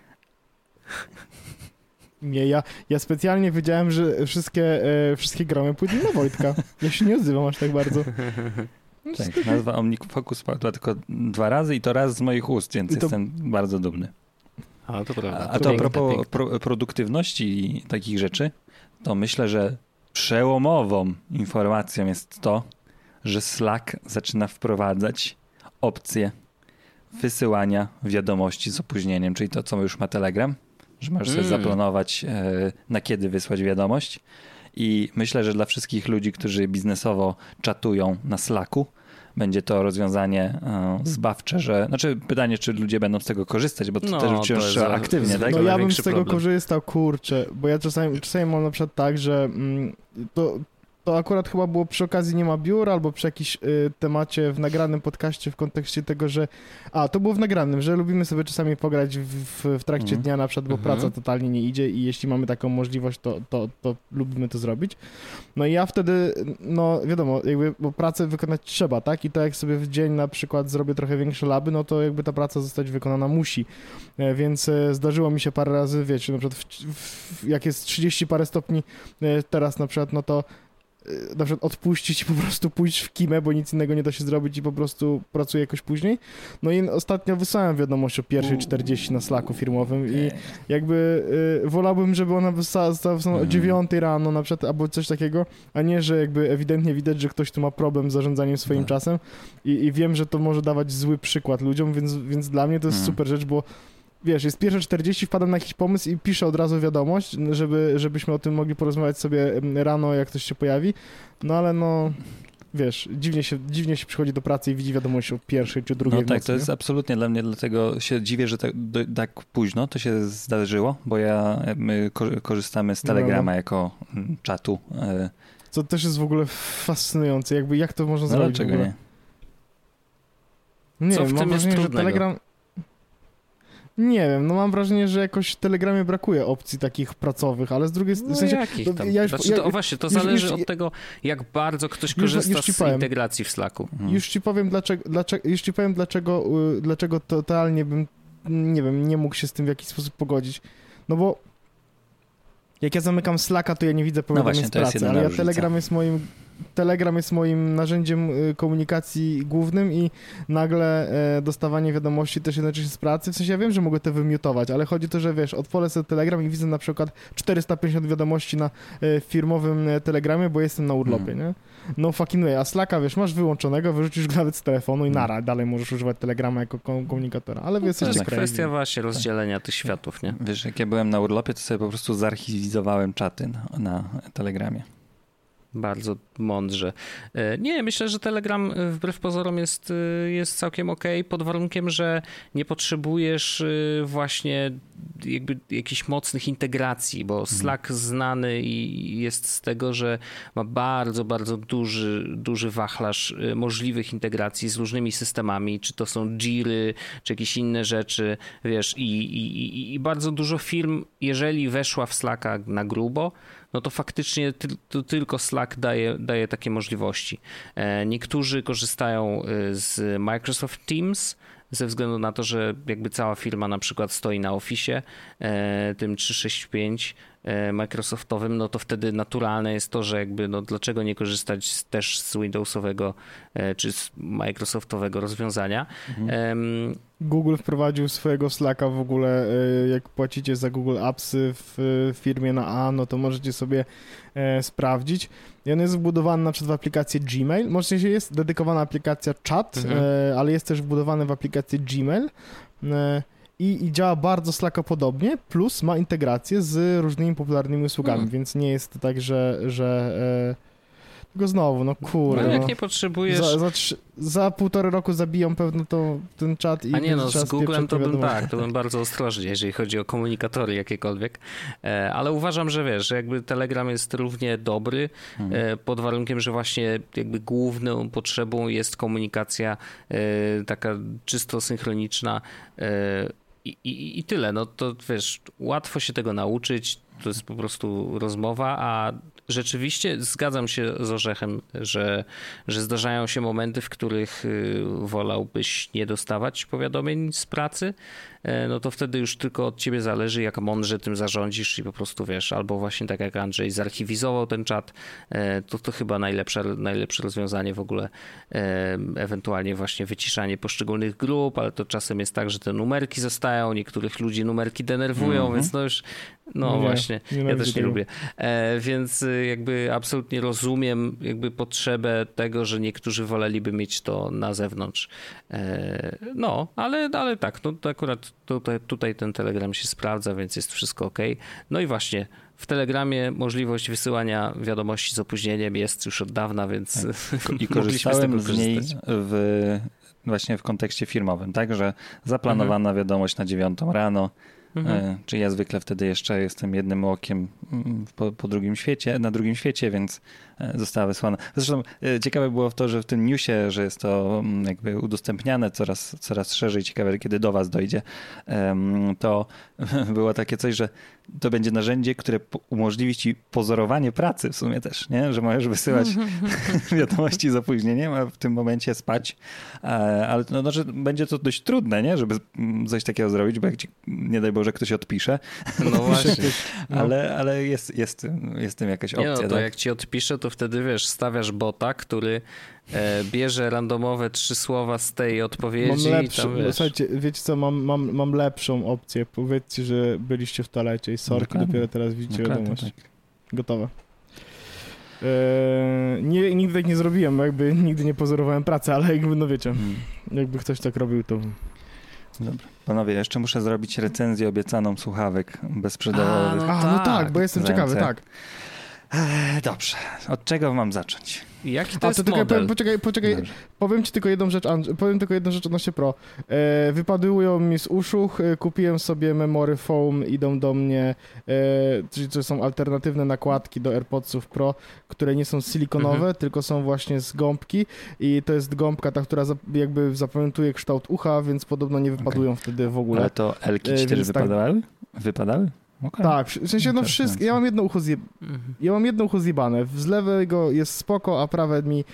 Nie, ja specjalnie wiedziałem, że wszystkie gromy pójdą na Wojtka. Ja się nie odzywam aż tak bardzo. Tak, nazwa OmniFocus padła tylko 2 razy i to raz z moich ust, więc jestem bardzo dumny. To prawda. A to a propos produktywności i takich rzeczy, to myślę, że przełomową informacją jest to, że Slack zaczyna wprowadzać opcję wysyłania wiadomości z opóźnieniem, czyli to, co już ma Telegram, że możesz sobie zaplanować, na kiedy wysłać wiadomość. I myślę, że dla wszystkich ludzi, którzy biznesowo czatują na Slacku, będzie to rozwiązanie zbawcze, że... Znaczy pytanie, czy ludzie będą z tego korzystać, bo to też wciąż trzeba aktywnie, tak? No ja bym z tego korzystał, kurczę, bo ja czasami mam na przykład tak, że to akurat chyba było przy okazji Nie ma biura albo przy jakimś temacie w nagranym podcaście w kontekście tego, że... to było w nagranym, że lubimy sobie czasami pograć w trakcie dnia na przykład, bo praca totalnie nie idzie i jeśli mamy taką możliwość, to lubimy to zrobić. No i ja wtedy, no wiadomo, jakby, bo pracę wykonać trzeba, tak? I to jak sobie w dzień na przykład zrobię trochę większe laby, no to jakby ta praca zostać wykonana musi. Więc zdarzyło mi się parę razy, wiecie, na przykład jak jest 30 parę stopni teraz na przykład, no to na przykład odpuścić i po prostu pójść w kimę, bo nic innego nie da się zrobić i po prostu pracuję jakoś później. No i ostatnio wysłałem wiadomość o 1:40 na Slacku firmowym i jakby wolałbym, żeby ona została o 9 rano na przykład, albo coś takiego, a nie, że jakby ewidentnie widać, że ktoś tu ma problem z zarządzaniem swoim czasem i wiem, że to może dawać zły przykład ludziom, więc dla mnie to jest super rzecz, bo wiesz, jest 1:40, wpadam na jakiś pomysł i piszę od razu wiadomość, żebyśmy o tym mogli porozmawiać sobie rano, jak coś się pojawi. No ale no, wiesz, dziwnie się przychodzi do pracy i widzi wiadomość o 1 czy 2 No w tak, nocy, to jest absolutnie dla mnie, dlatego się dziwię, że tak późno to się zdarzyło, bo my korzystamy z Telegrama jako czatu. Co też jest w ogóle fascynujące, jakby jak to można zrobić dlaczego w ogóle? Nie wiem, mam wrażenie, że Telegram... Nie wiem, no mam wrażenie, że jakoś w Telegramie brakuje opcji takich pracowych, ale z drugiej strony... No w sensie, jakich tam? Właśnie, to zależy od tego, jak bardzo ktoś korzysta z integracji w Slacku. Już ci powiem, dlaczego totalnie bym, nie wiem, nie mógł się z tym w jakiś sposób pogodzić. No bo jak ja zamykam Slacka, to ja nie widzę powiadomień z pracy, ale Telegram jest moim narzędziem komunikacji głównym i nagle dostawanie wiadomości też jednocześnie z pracy. W sensie ja wiem, że mogę to wymiutować, ale chodzi o to, że wiesz, odpalę sobie Telegram i widzę na przykład 450 wiadomości na firmowym Telegramie, bo jestem na urlopie, nie? No fucking way. A Slacka, wiesz, masz wyłączonego, wyrzucisz go nawet z telefonu i dalej możesz używać Telegrama jako komunikatora. Ale wiesz, to jest kwestia właśnie rozdzielenia tych światów, nie? Wiesz, jak ja byłem na urlopie, to sobie po prostu zarchiwizowałem czaty na Telegramie. Bardzo mądrze. Nie, myślę, że Telegram wbrew pozorom jest całkiem okej, pod warunkiem, że nie potrzebujesz właśnie jakby jakichś mocnych integracji, bo Slack znany i jest z tego, że ma bardzo, bardzo duży wachlarz możliwych integracji z różnymi systemami, czy to są Jiry, czy jakieś inne rzeczy, wiesz, i bardzo dużo firm, jeżeli weszła w Slacka na grubo, no to faktycznie tylko Slack daje takie możliwości. Niektórzy korzystają z Microsoft Teams ze względu na to, że jakby cała firma na przykład stoi na Office'ie, tym 365 Microsoftowym, no to wtedy naturalne jest to, że jakby no dlaczego nie korzystać też z Windowsowego czy z Microsoftowego rozwiązania. Google wprowadził swojego Slacka w ogóle, jak płacicie za Google Appsy w firmie na A, no to możecie sobie sprawdzić. I on jest wbudowany na przykład w aplikację Gmail. Może jest dedykowana aplikacja Chat, ale jest też wbudowany w aplikację Gmail. I działa bardzo Slacka podobnie, plus ma integrację z różnymi popularnymi usługami, więc nie jest tak, że tylko znowu, no kurde. No jak nie potrzebujesz... Za 1,5 roku zabiją pewno ten czat i... A nie no, z Googlem to bym bardzo ostrożny, jeżeli chodzi o komunikatory jakiekolwiek, ale uważam, że wiesz, że jakby Telegram jest równie dobry, pod warunkiem, że właśnie jakby główną potrzebą jest komunikacja taka czysto synchroniczna i tyle. No to wiesz, łatwo się tego nauczyć, to jest po prostu rozmowa, a rzeczywiście zgadzam się z Orzechem, że zdarzają się momenty, w których wolałbyś nie dostawać powiadomień z pracy, no to wtedy już tylko od ciebie zależy, jak mądrze tym zarządzisz i po prostu wiesz, albo właśnie tak jak Andrzej zarchiwizował ten czat, to chyba najlepsze rozwiązanie w ogóle, ewentualnie właśnie wyciszanie poszczególnych grup, ale to czasem jest tak, że te numerki zostają, niektórych ludzi numerki denerwują, więc no już, no właśnie, ja też nie lubię. Więc jakby absolutnie rozumiem jakby potrzebę tego, że niektórzy woleliby mieć to na zewnątrz. No, ale tak, no to akurat tutaj ten Telegram się sprawdza, więc jest wszystko ok. No i właśnie w Telegramie możliwość wysyłania wiadomości z opóźnieniem jest już od dawna, więc i korzystałem z niej właśnie w kontekście firmowym, tak, że zaplanowana wiadomość na 9 rano, czyli ja zwykle wtedy jeszcze jestem jednym okiem po drugim świecie, na drugim świecie, więc została wysłana. Zresztą ciekawe było to, że w tym newsie, że jest to jakby udostępniane coraz szerzej, ciekawe kiedy do was dojdzie, to było takie coś, że to będzie narzędzie, które umożliwi ci pozorowanie pracy w sumie też, nie? Że możesz wysyłać wiadomości z opóźnieniem, a w tym momencie spać, ale no, że będzie to dość trudne, nie? Żeby coś takiego zrobić, bo jak ci, nie daj Boże, ktoś odpisze. No właśnie. Ale jest tym jakaś opcja. Nie, no to tak? Jak ci odpisze, to wtedy wiesz, stawiasz bota, który bierze randomowe 3 słowa z tej odpowiedzi. Mam lepszą, słuchajcie, wiecie co, mam lepszą opcję. Powiedzcie, że byliście w toalecie i sorki, dopiero teraz widzicie wiadomość. Tak. Gotowe. Nigdy tak nie zrobiłem, bo jakby nigdy nie pozorowałem pracy, ale jakby, no wiecie, jakby ktoś tak robił, to... Dobra. Panowie, jeszcze muszę zrobić recenzję obiecaną słuchawek bezprzedawowych. No tak, bo jestem ciekawy, tak. Dobrze, od czego mam zacząć? Jaki to jest model? Poczekaj, powiem ci tylko jedną rzecz, odnośnie Pro. Wypadują mi z uszu, kupiłem sobie Memory Foam, idą do mnie, czyli to są alternatywne nakładki do AirPodsów Pro, które nie są silikonowe, tylko są właśnie z gąbki i to jest gąbka ta, która jakby zapamiętuje kształt ucha, więc podobno nie wypadują wtedy w ogóle. Ale to Elki 4 wypadały? Wypadały? Okay. Tak, w sensie no wszystkie, ja mam jedno ucho zjebane, z lewego jest spoko, a prawe mi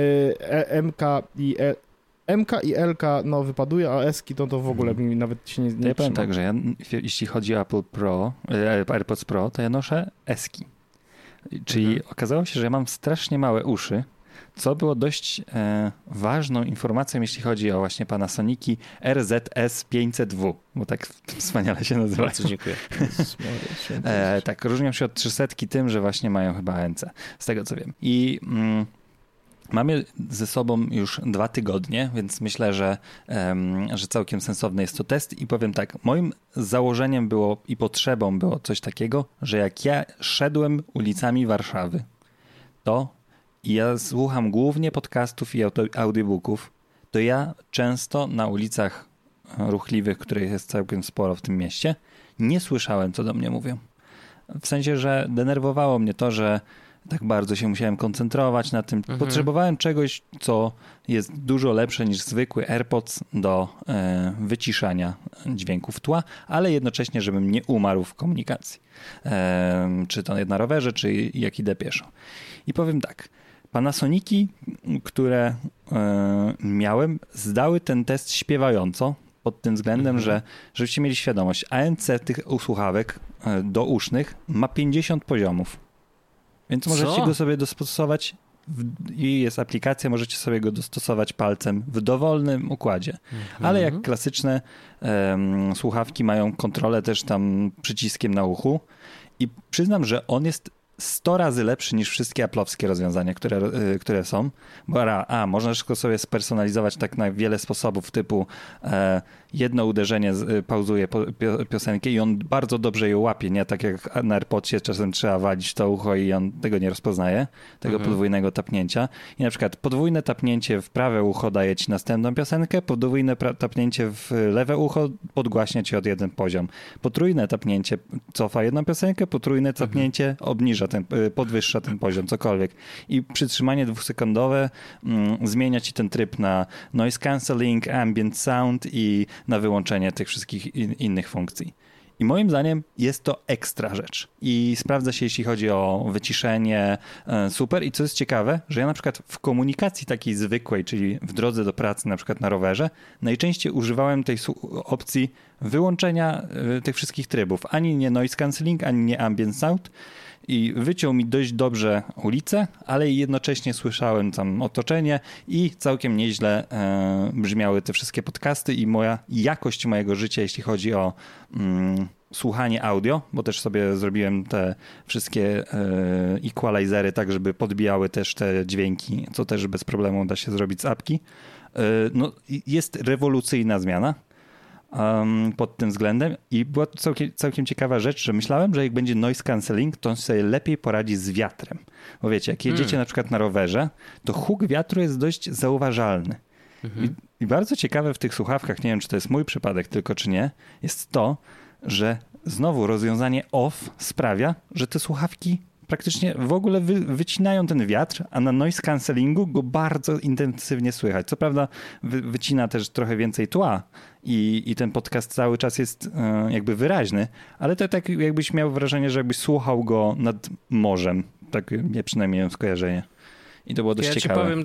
MK i LK no wypaduje, a S-ki to w ogóle mi nawet się nie trzyma. Ja powiem tak, że ja, jeśli chodzi o Apple Pro, AirPods Pro, to ja noszę S-ki. Czyli okazało się, że ja mam strasznie małe uszy, co było dość ważną informacją, jeśli chodzi o właśnie Panasoniki RZS500W, bo tak wspaniale się nazywa. Bardzo dziękuję. Tak, różnią się od 300 tym, że właśnie mają chyba ANC, z tego co wiem. I mam je ze sobą już 2 tygodnie, więc myślę, że całkiem sensowny jest to test i powiem tak, moim założeniem było i potrzebą było coś takiego, że jak ja szedłem ulicami Warszawy, to ja słucham głównie podcastów i audiobooków, to ja często na ulicach ruchliwych, których jest całkiem sporo w tym mieście, nie słyszałem, co do mnie mówią. W sensie, że denerwowało mnie to, że tak bardzo się musiałem koncentrować na tym. Potrzebowałem czegoś, co jest dużo lepsze niż zwykły AirPods do wyciszania dźwięków tła, ale jednocześnie, żebym nie umarł w komunikacji. Czy to na rowerze, czy jak idę pieszo. I powiem tak, Panasoniki, które miałem, zdały ten test śpiewająco, pod tym względem, żebyście mieli świadomość, ANC tych słuchawek dousznych ma 50 poziomów. Więc możecie go sobie dostosować i jest aplikacja, możecie sobie go dostosować palcem w dowolnym układzie. Ale jak klasyczne słuchawki mają kontrolę też tam przyciskiem na uchu i przyznam, że on jest 100 razy lepszy niż wszystkie Apple'owskie rozwiązania, które są. Bo można wszystko sobie spersonalizować tak na wiele sposobów, typu jedno uderzenie pauzuje piosenkę i on bardzo dobrze ją łapie, nie tak jak na AirPodsie czasem trzeba walić w to ucho i on tego nie rozpoznaje, tego podwójnego tapnięcia. I na przykład podwójne tapnięcie w prawe ucho daje ci następną piosenkę, podwójne tapnięcie w lewe ucho podgłaśnia ci od jeden poziom. Potrójne tapnięcie cofa jedną piosenkę, potrójne tapnięcie obniża podwyższa ten poziom, cokolwiek. I przytrzymanie 2-sekundowe zmienia ci ten tryb na noise cancelling, ambient sound i na wyłączenie tych wszystkich innych funkcji. I moim zdaniem jest to ekstra rzecz. I sprawdza się, jeśli chodzi o wyciszenie, super. I co jest ciekawe, że ja na przykład w komunikacji takiej zwykłej, czyli w drodze do pracy, na przykład na rowerze, najczęściej używałem tej opcji wyłączenia tych wszystkich trybów. Ani nie noise cancelling, ani nie ambient sound. I wyciął mi dość dobrze ulicę, ale jednocześnie słyszałem tam otoczenie i całkiem nieźle brzmiały te wszystkie podcasty i jakość mojego życia, jeśli chodzi o słuchanie audio, bo też sobie zrobiłem te wszystkie equalizery tak, żeby podbijały też te dźwięki, co też bez problemu da się zrobić z apki. No, jest rewolucyjna zmiana pod tym względem i była to całkiem ciekawa rzecz, że myślałem, że jak będzie noise cancelling, to on sobie lepiej poradzi z wiatrem. Bo wiecie, jak jedziecie na przykład na rowerze, to huk wiatru jest dość zauważalny. I bardzo ciekawe w tych słuchawkach, nie wiem, czy to jest mój przypadek tylko, czy nie, jest to, że znowu rozwiązanie off sprawia, że te słuchawki praktycznie w ogóle wycinają ten wiatr, a na noise cancellingu go bardzo intensywnie słychać. Co prawda wycina też trochę więcej tła i ten podcast cały czas jest jakby wyraźny, ale to tak jakbyś miał wrażenie, że jakbyś słuchał go nad morzem. Tak ja przynajmniej mam skojarzenie. I to było dość ciekawe. Ja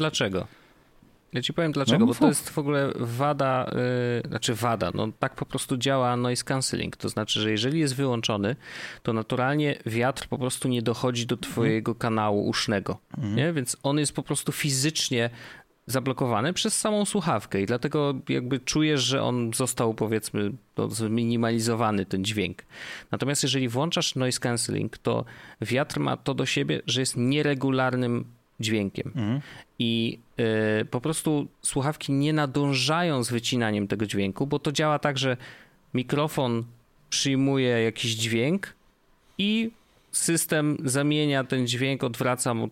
ci powiem dlaczego, bo to jest w ogóle wada, no tak po prostu działa noise cancelling, to znaczy, że jeżeli jest wyłączony, to naturalnie wiatr po prostu nie dochodzi do twojego kanału usznego, nie? Więc on jest po prostu fizycznie zablokowany przez samą słuchawkę i dlatego jakby czujesz, że on został, powiedzmy, zminimalizowany ten dźwięk. Natomiast jeżeli włączasz noise cancelling, to wiatr ma to do siebie, że jest nieregularnym dźwiękiem. I po prostu słuchawki nie nadążają z wycinaniem tego dźwięku, bo to działa tak, że mikrofon przyjmuje jakiś dźwięk i system zamienia ten dźwięk, odwraca mu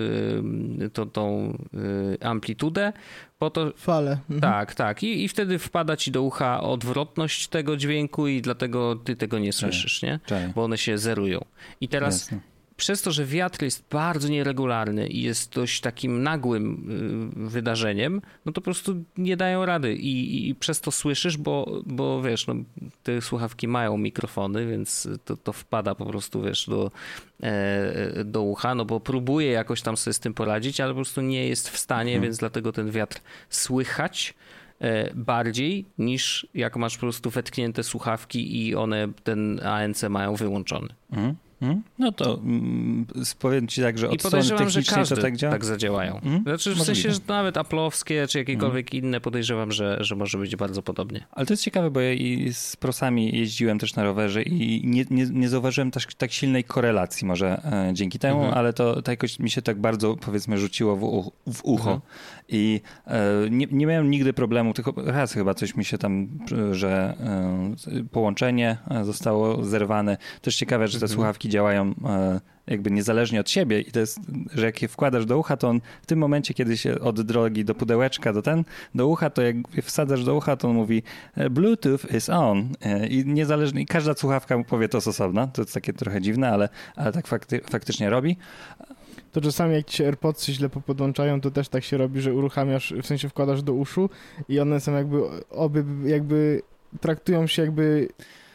tą amplitudę. Po to, falę. Tak. I wtedy wpada ci do ucha odwrotność tego dźwięku i dlatego ty tego nie słyszysz, nie? Bo one się zerują. I teraz Jasne. Przez to, że wiatr jest bardzo nieregularny i jest dość takim nagłym wydarzeniem, no to po prostu nie dają rady i przez to słyszysz, bo wiesz, no, te słuchawki mają mikrofony, więc to wpada po prostu, wiesz, do ucha, no bo próbuje jakoś tam sobie z tym poradzić, ale po prostu nie jest w stanie, więc dlatego ten wiatr słychać bardziej niż jak masz po prostu wetknięte słuchawki i one ten ANC mają wyłączony. No to powiem ci tak, że od strony technicznej to tak działa. Tak zadziałają. Znaczy w sensie, że nawet Apple'owskie czy jakiekolwiek inne podejrzewam, że może być bardzo podobnie. Ale to jest ciekawe, bo ja i z prosami jeździłem też na rowerze i nie zauważyłem tak silnej korelacji może dzięki temu, ale to jakoś mi się tak bardzo, powiedzmy, rzuciło w ucho. I nie miałem nigdy problemu, tylko raz chyba coś mi się tam, że połączenie zostało zerwane. Też ciekawe, że te słuchawki działają jakby niezależnie od siebie i to jest, że jak je wkładasz do ucha, to on w tym momencie, kiedy się od drogi do pudełeczka do ucha, to jak wsadzasz do ucha, to on mówi Bluetooth is on i niezależnie, i każda słuchawka mu powie to z osobna. To jest takie trochę dziwne, ale tak faktycznie robi. To czasami jak ci się AirPodsy źle podłączają, to też tak się robi, że uruchamiasz, w sensie wkładasz do uszu i one są jakby traktują się jakby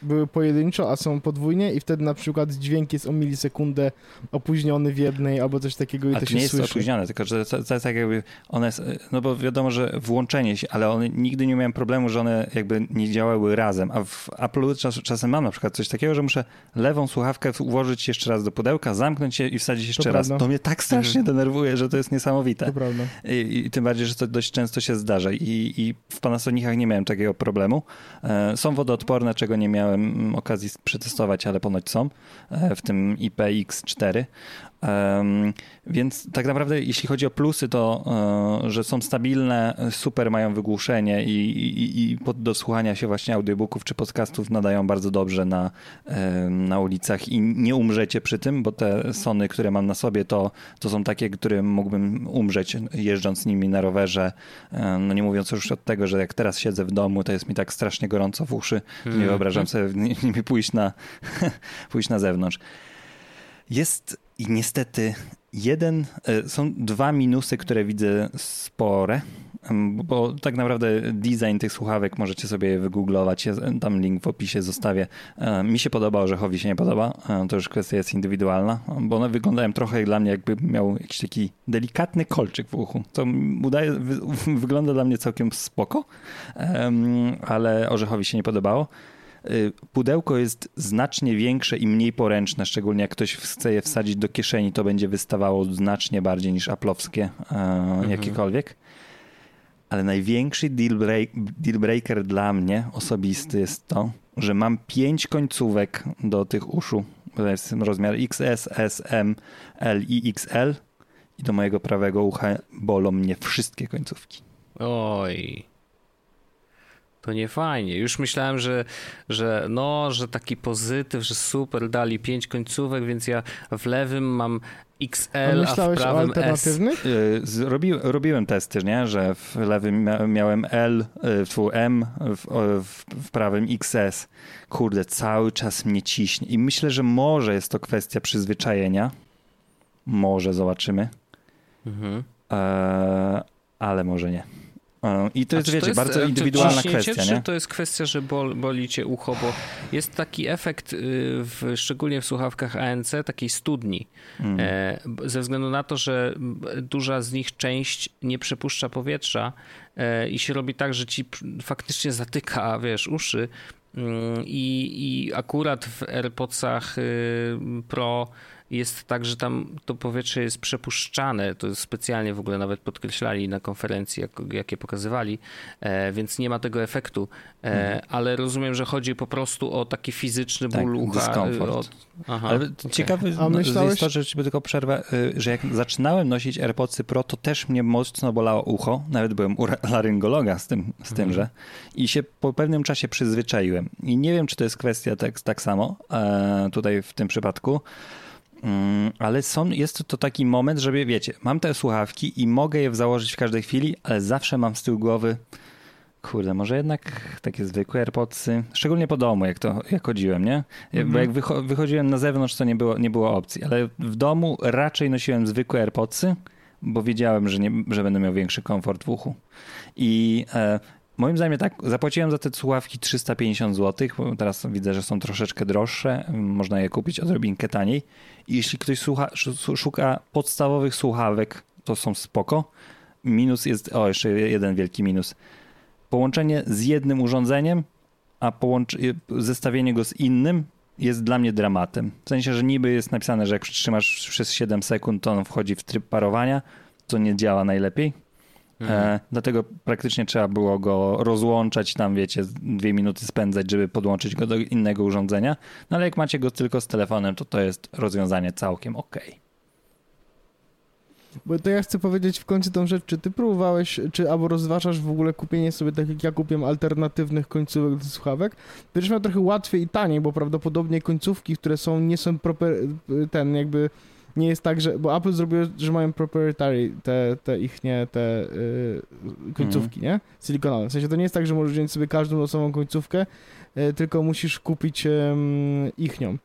były pojedynczo, a są podwójnie i wtedy na przykład dźwięk jest o milisekundę opóźniony w jednej albo coś takiego i to się nie jest słyszy. Opóźnione, tylko że to jest tak jakby one, no bo wiadomo, że włączenie się, ale one nigdy nie miałem problemu, że one jakby nie działały razem, a w Apple'u czasem mam na przykład coś takiego, że muszę lewą słuchawkę włożyć jeszcze raz do pudełka, zamknąć się i wsadzić jeszcze raz. To mnie tak strasznie denerwuje, że to jest niesamowite. To prawda. I tym bardziej, że to dość często się zdarza i w Panasonicach nie miałem takiego problemu. Są wodoodporne, czego nie miałem okazji przetestować, ale ponoć są, w tym IPX4. Więc tak naprawdę jeśli chodzi o plusy, to że są stabilne, super mają wygłuszenie i do słuchania się właśnie audiobooków czy podcastów nadają bardzo dobrze na ulicach i nie umrzecie przy tym, bo te Sony, które mam na sobie, to są takie, które mógłbym umrzeć jeżdżąc nimi na rowerze. No nie mówiąc już od tego, że jak teraz siedzę w domu, to jest mi tak strasznie gorąco w uszy, nie wyobrażam sobie nimi pójść na zewnątrz. Jest i niestety są dwa minusy, które widzę spore, bo tak naprawdę design tych słuchawek możecie sobie wygooglować, tam link w opisie zostawię. Mi się podoba, Orzechowi się nie podoba, to już kwestia jest indywidualna, bo one wyglądają trochę dla mnie jakby miał jakiś taki delikatny kolczyk w uchu, co wygląda dla mnie całkiem spoko, ale Orzechowi się nie podobało. Pudełko jest znacznie większe i mniej poręczne, szczególnie jak ktoś chce je wsadzić do kieszeni, to będzie wystawało znacznie bardziej niż Apple'owskie jakiekolwiek. Ale największy deal breaker dla mnie osobisty jest to, że mam 5 końcówek do tych uszu. To jest rozmiar XS, S, M, L i XL i do mojego prawego ucha bolą mnie wszystkie końcówki. Oj... To nie fajnie. Już myślałem, że taki pozytyw, że super, dali 5 końcówek, więc ja w lewym mam XL, a w prawym S. Robiłem testy, nie? Że w lewym miałem L, M, w prawym XS. Kurde, cały czas mnie ciśnie. I myślę, że może jest to kwestia przyzwyczajenia. Może, zobaczymy. Ale może nie. I to jest, wiecie, to jest bardzo indywidualna kwestia, nie? Czy to jest kwestia, że boli cię ucho, bo jest taki efekt, szczególnie w słuchawkach ANC, takiej studni. Ze względu na to, że duża z nich część nie przepuszcza powietrza i się robi tak, że ci faktycznie zatyka, wiesz, uszy. I akurat w AirPodsach Pro jest tak, że tam to powietrze jest przepuszczane, to specjalnie w ogóle nawet podkreślali na konferencji, jakie pokazywali, więc nie ma tego efektu, ale rozumiem, że chodzi po prostu o taki fizyczny ból ucha. Dyskomfort. Ale ciekawe jest to, że tylko przerwę, że jak zaczynałem nosić AirPodsy Pro, to też mnie mocno bolało ucho, nawet byłem u laryngologa z tymże i się po pewnym czasie przyzwyczaiłem. I nie wiem, czy to jest kwestia tak samo tutaj w tym przypadku, ale jest to taki moment, żeby, wiecie, mam te słuchawki i mogę je założyć w każdej chwili, ale zawsze mam z tyłu głowy, kurde, może jednak takie zwykłe AirPodsy, szczególnie po domu, jak chodziłem, nie? Bo jak wychodziłem na zewnątrz, to nie było opcji, ale w domu raczej nosiłem zwykłe AirPodsy, bo wiedziałem, że będę miał większy komfort w uchu. I moim zdaniem tak, zapłaciłem za te słuchawki 350 zł, bo teraz widzę, że są troszeczkę droższe, można je kupić odrobinkę taniej. I jeśli ktoś szuka podstawowych słuchawek, to są spoko. Minus jest, jeszcze jeden wielki minus. Połączenie z jednym urządzeniem, a zestawienie go z innym jest dla mnie dramatem. W sensie, że niby jest napisane, że jak przytrzymasz przez 7 sekund, to on wchodzi w tryb parowania, co nie działa najlepiej. Dlatego praktycznie trzeba było go rozłączać, tam wiecie, 2 minuty spędzać, żeby podłączyć go do innego urządzenia. No ale jak macie go tylko z telefonem, to jest rozwiązanie całkiem okej. Bo to ja chcę powiedzieć w końcu tą rzecz, czy ty próbowałeś, albo rozważasz w ogóle kupienie sobie, tak jak ja kupiłem, alternatywnych końcówek do słuchawek? Będziesz miał trochę łatwiej i taniej, bo prawdopodobnie końcówki, które nie są jakby nie jest tak, bo Apple zrobiło, że mają proprietary te końcówki, nie? Silikonowe. W sensie to nie jest tak, że możesz wziąć sobie każdą losową końcówkę, tylko musisz kupić ichnią.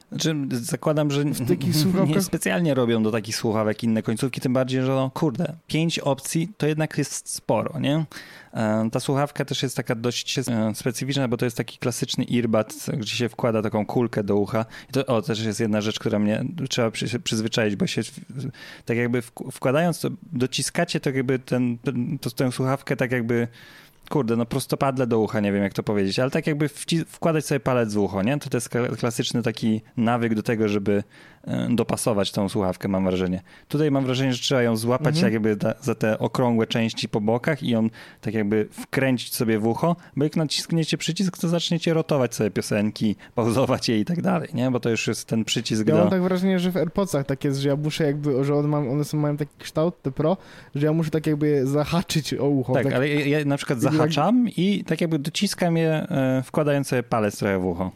Znaczy, zakładam, że nie specjalnie robią do takich słuchawek inne końcówki, tym bardziej, że 5 opcji to jednak jest sporo, nie? Ta słuchawka też jest taka dość specyficzna, bo to jest taki klasyczny earbud, gdzie się wkłada taką kulkę do ucha. I to też jest jedna rzecz, która mnie trzeba przyzwyczaić, bo się tak jakby wkładając to, dociskacie to jakby tę słuchawkę tak jakby prostopadle do ucha, nie wiem jak to powiedzieć, ale tak jakby wkładać sobie palec w ucho, nie? To jest klasyczny taki nawyk do tego, żeby dopasować tą słuchawkę, mam wrażenie. Tutaj mam wrażenie, że trzeba ją złapać jakby za te okrągłe części po bokach i ją tak jakby wkręcić sobie w ucho, bo jak naciskniecie przycisk, to zaczniecie rotować sobie piosenki, pauzować je i tak dalej, nie? Bo to już jest ten przycisk Ja mam tak wrażenie, że w AirPodsach tak jest, że ja muszę jakby, że one mają taki kształt, te Pro, że ja muszę tak jakby zahaczyć o ucho. Tak, ale ja na przykład zahaczam i tak jakby dociskam je, wkładając sobie palec trochę w ucho.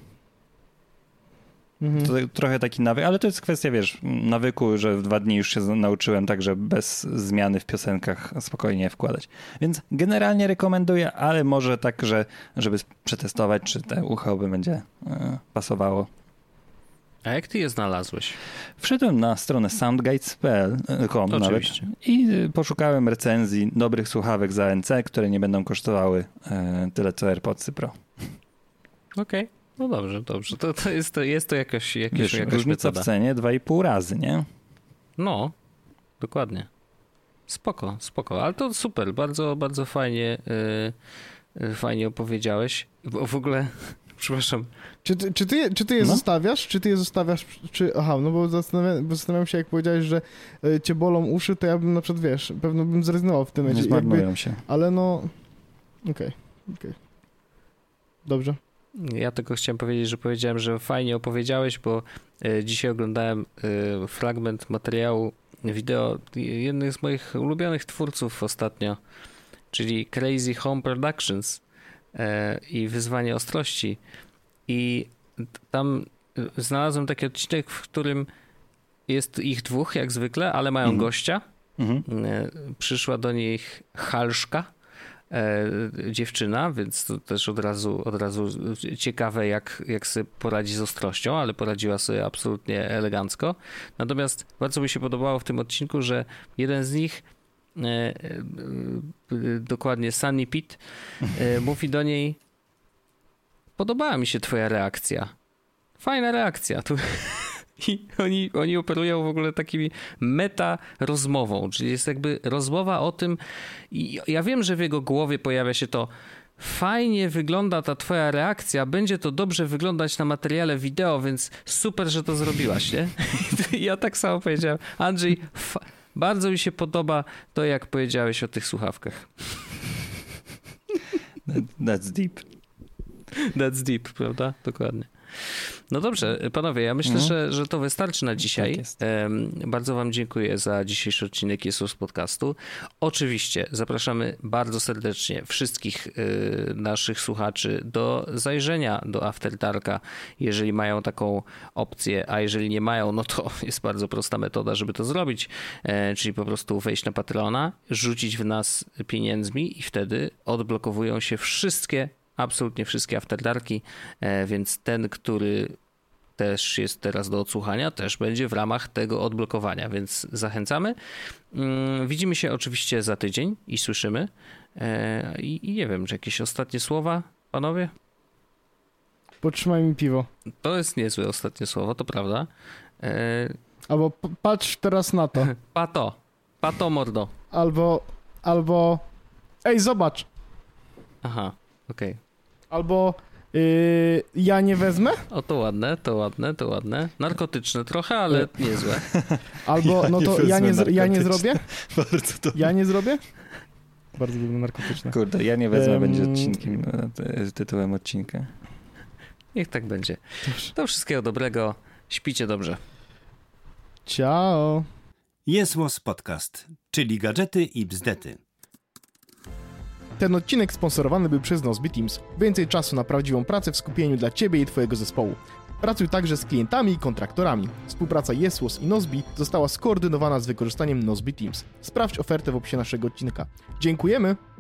To trochę taki nawyk, ale to jest kwestia, nawyku, że w 2 dni już się nauczyłem także bez zmiany w piosenkach spokojnie wkładać. Więc generalnie rekomenduję, ale może tak, żeby przetestować, czy te ucho będzie pasowało. A jak ty je znalazłeś? Wszedłem na stronę soundguides.com nawet i poszukałem recenzji dobrych słuchawek za ANC, które nie będą kosztowały tyle co AirPodsy Pro. Okej. No dobrze. To jest to jakaś różnica metoda. W cenie 2,5 razy, nie? No, dokładnie. Spoko. Ale to super, bardzo, bardzo fajnie opowiedziałeś. W ogóle, przepraszam. Czy ty je zostawiasz? Aha, no bo zastanawiam się, jak powiedziałeś, że cię bolą uszy, to ja bym na przykład, pewno bym zrezygnował w tym momencie. Nie zmarnują się. Ale no, okej. Dobrze. Ja tylko chciałem powiedzieć, że powiedziałem, że fajnie opowiedziałeś, bo dzisiaj oglądałem fragment materiału wideo jednych z moich ulubionych twórców ostatnio, czyli Crazy Home Productions i Wyzwanie Ostrości. I tam znalazłem taki odcinek, w którym jest ich 2 jak zwykle, ale mają gościa. Przyszła do nich Halszka, dziewczyna, więc to też od razu ciekawe, jak sobie poradzi z ostrością, ale poradziła sobie absolutnie elegancko. Natomiast bardzo mi się podobało w tym odcinku, że jeden z nich, dokładnie Sunny Pete, mówi do niej: podobała mi się twoja reakcja. Fajna reakcja. I oni operują w ogóle takimi meta-rozmową, czyli jest jakby rozmowa o tym, i ja wiem, że w jego głowie pojawia się to: fajnie wygląda ta twoja reakcja, będzie to dobrze wyglądać na materiale wideo, więc super, że to zrobiłaś, nie? Ja tak samo powiedziałem: Andrzej, bardzo mi się podoba to, jak powiedziałeś o tych słuchawkach. That's deep. That's deep, prawda? Dokładnie. No dobrze, panowie, ja myślę, że to wystarczy na dzisiaj. Tak, bardzo wam dziękuję za dzisiejszy odcinek Jesus Podcastu. Oczywiście zapraszamy bardzo serdecznie wszystkich naszych słuchaczy do zajrzenia do After Darka, jeżeli mają taką opcję, a jeżeli nie mają, no to jest bardzo prosta metoda, żeby to zrobić, czyli po prostu wejść na Patreona, rzucić w nas pieniędzmi i wtedy odblokowują się absolutnie wszystkie After Darki, więc ten, który też jest teraz do odsłuchania, też będzie w ramach tego odblokowania, więc zachęcamy. Widzimy się oczywiście za tydzień i słyszymy. I nie wiem, czy jakieś ostatnie słowa, panowie? Potrzymaj mi piwo. To jest niezłe ostatnie słowo, to prawda. Albo patrz teraz na to. Pato mordo. Albo ej, zobacz. Aha, okej. Albo ja nie wezmę? O, to ładne. Narkotyczne trochę, ale niezłe. Albo no to ja nie zrobię? Bardzo to. Ja nie zrobię? Bardzo lubię narkotyczne. Kurde, ja nie wezmę, będzie odcinkiem, tytułem odcinka. Niech tak będzie. Do wszystkiego dobrego. Śpijcie dobrze. Ciao. Jest Podcast, czyli gadżety i bzdety. Ten odcinek sponsorowany był przez Nozbe Teams. Więcej czasu na prawdziwą pracę w skupieniu dla Ciebie i Twojego zespołu. Pracuj także z klientami i kontraktorami. Współpraca Jesłos i Nozbe została skoordynowana z wykorzystaniem Nozbe Teams. Sprawdź ofertę w opisie naszego odcinka. Dziękujemy!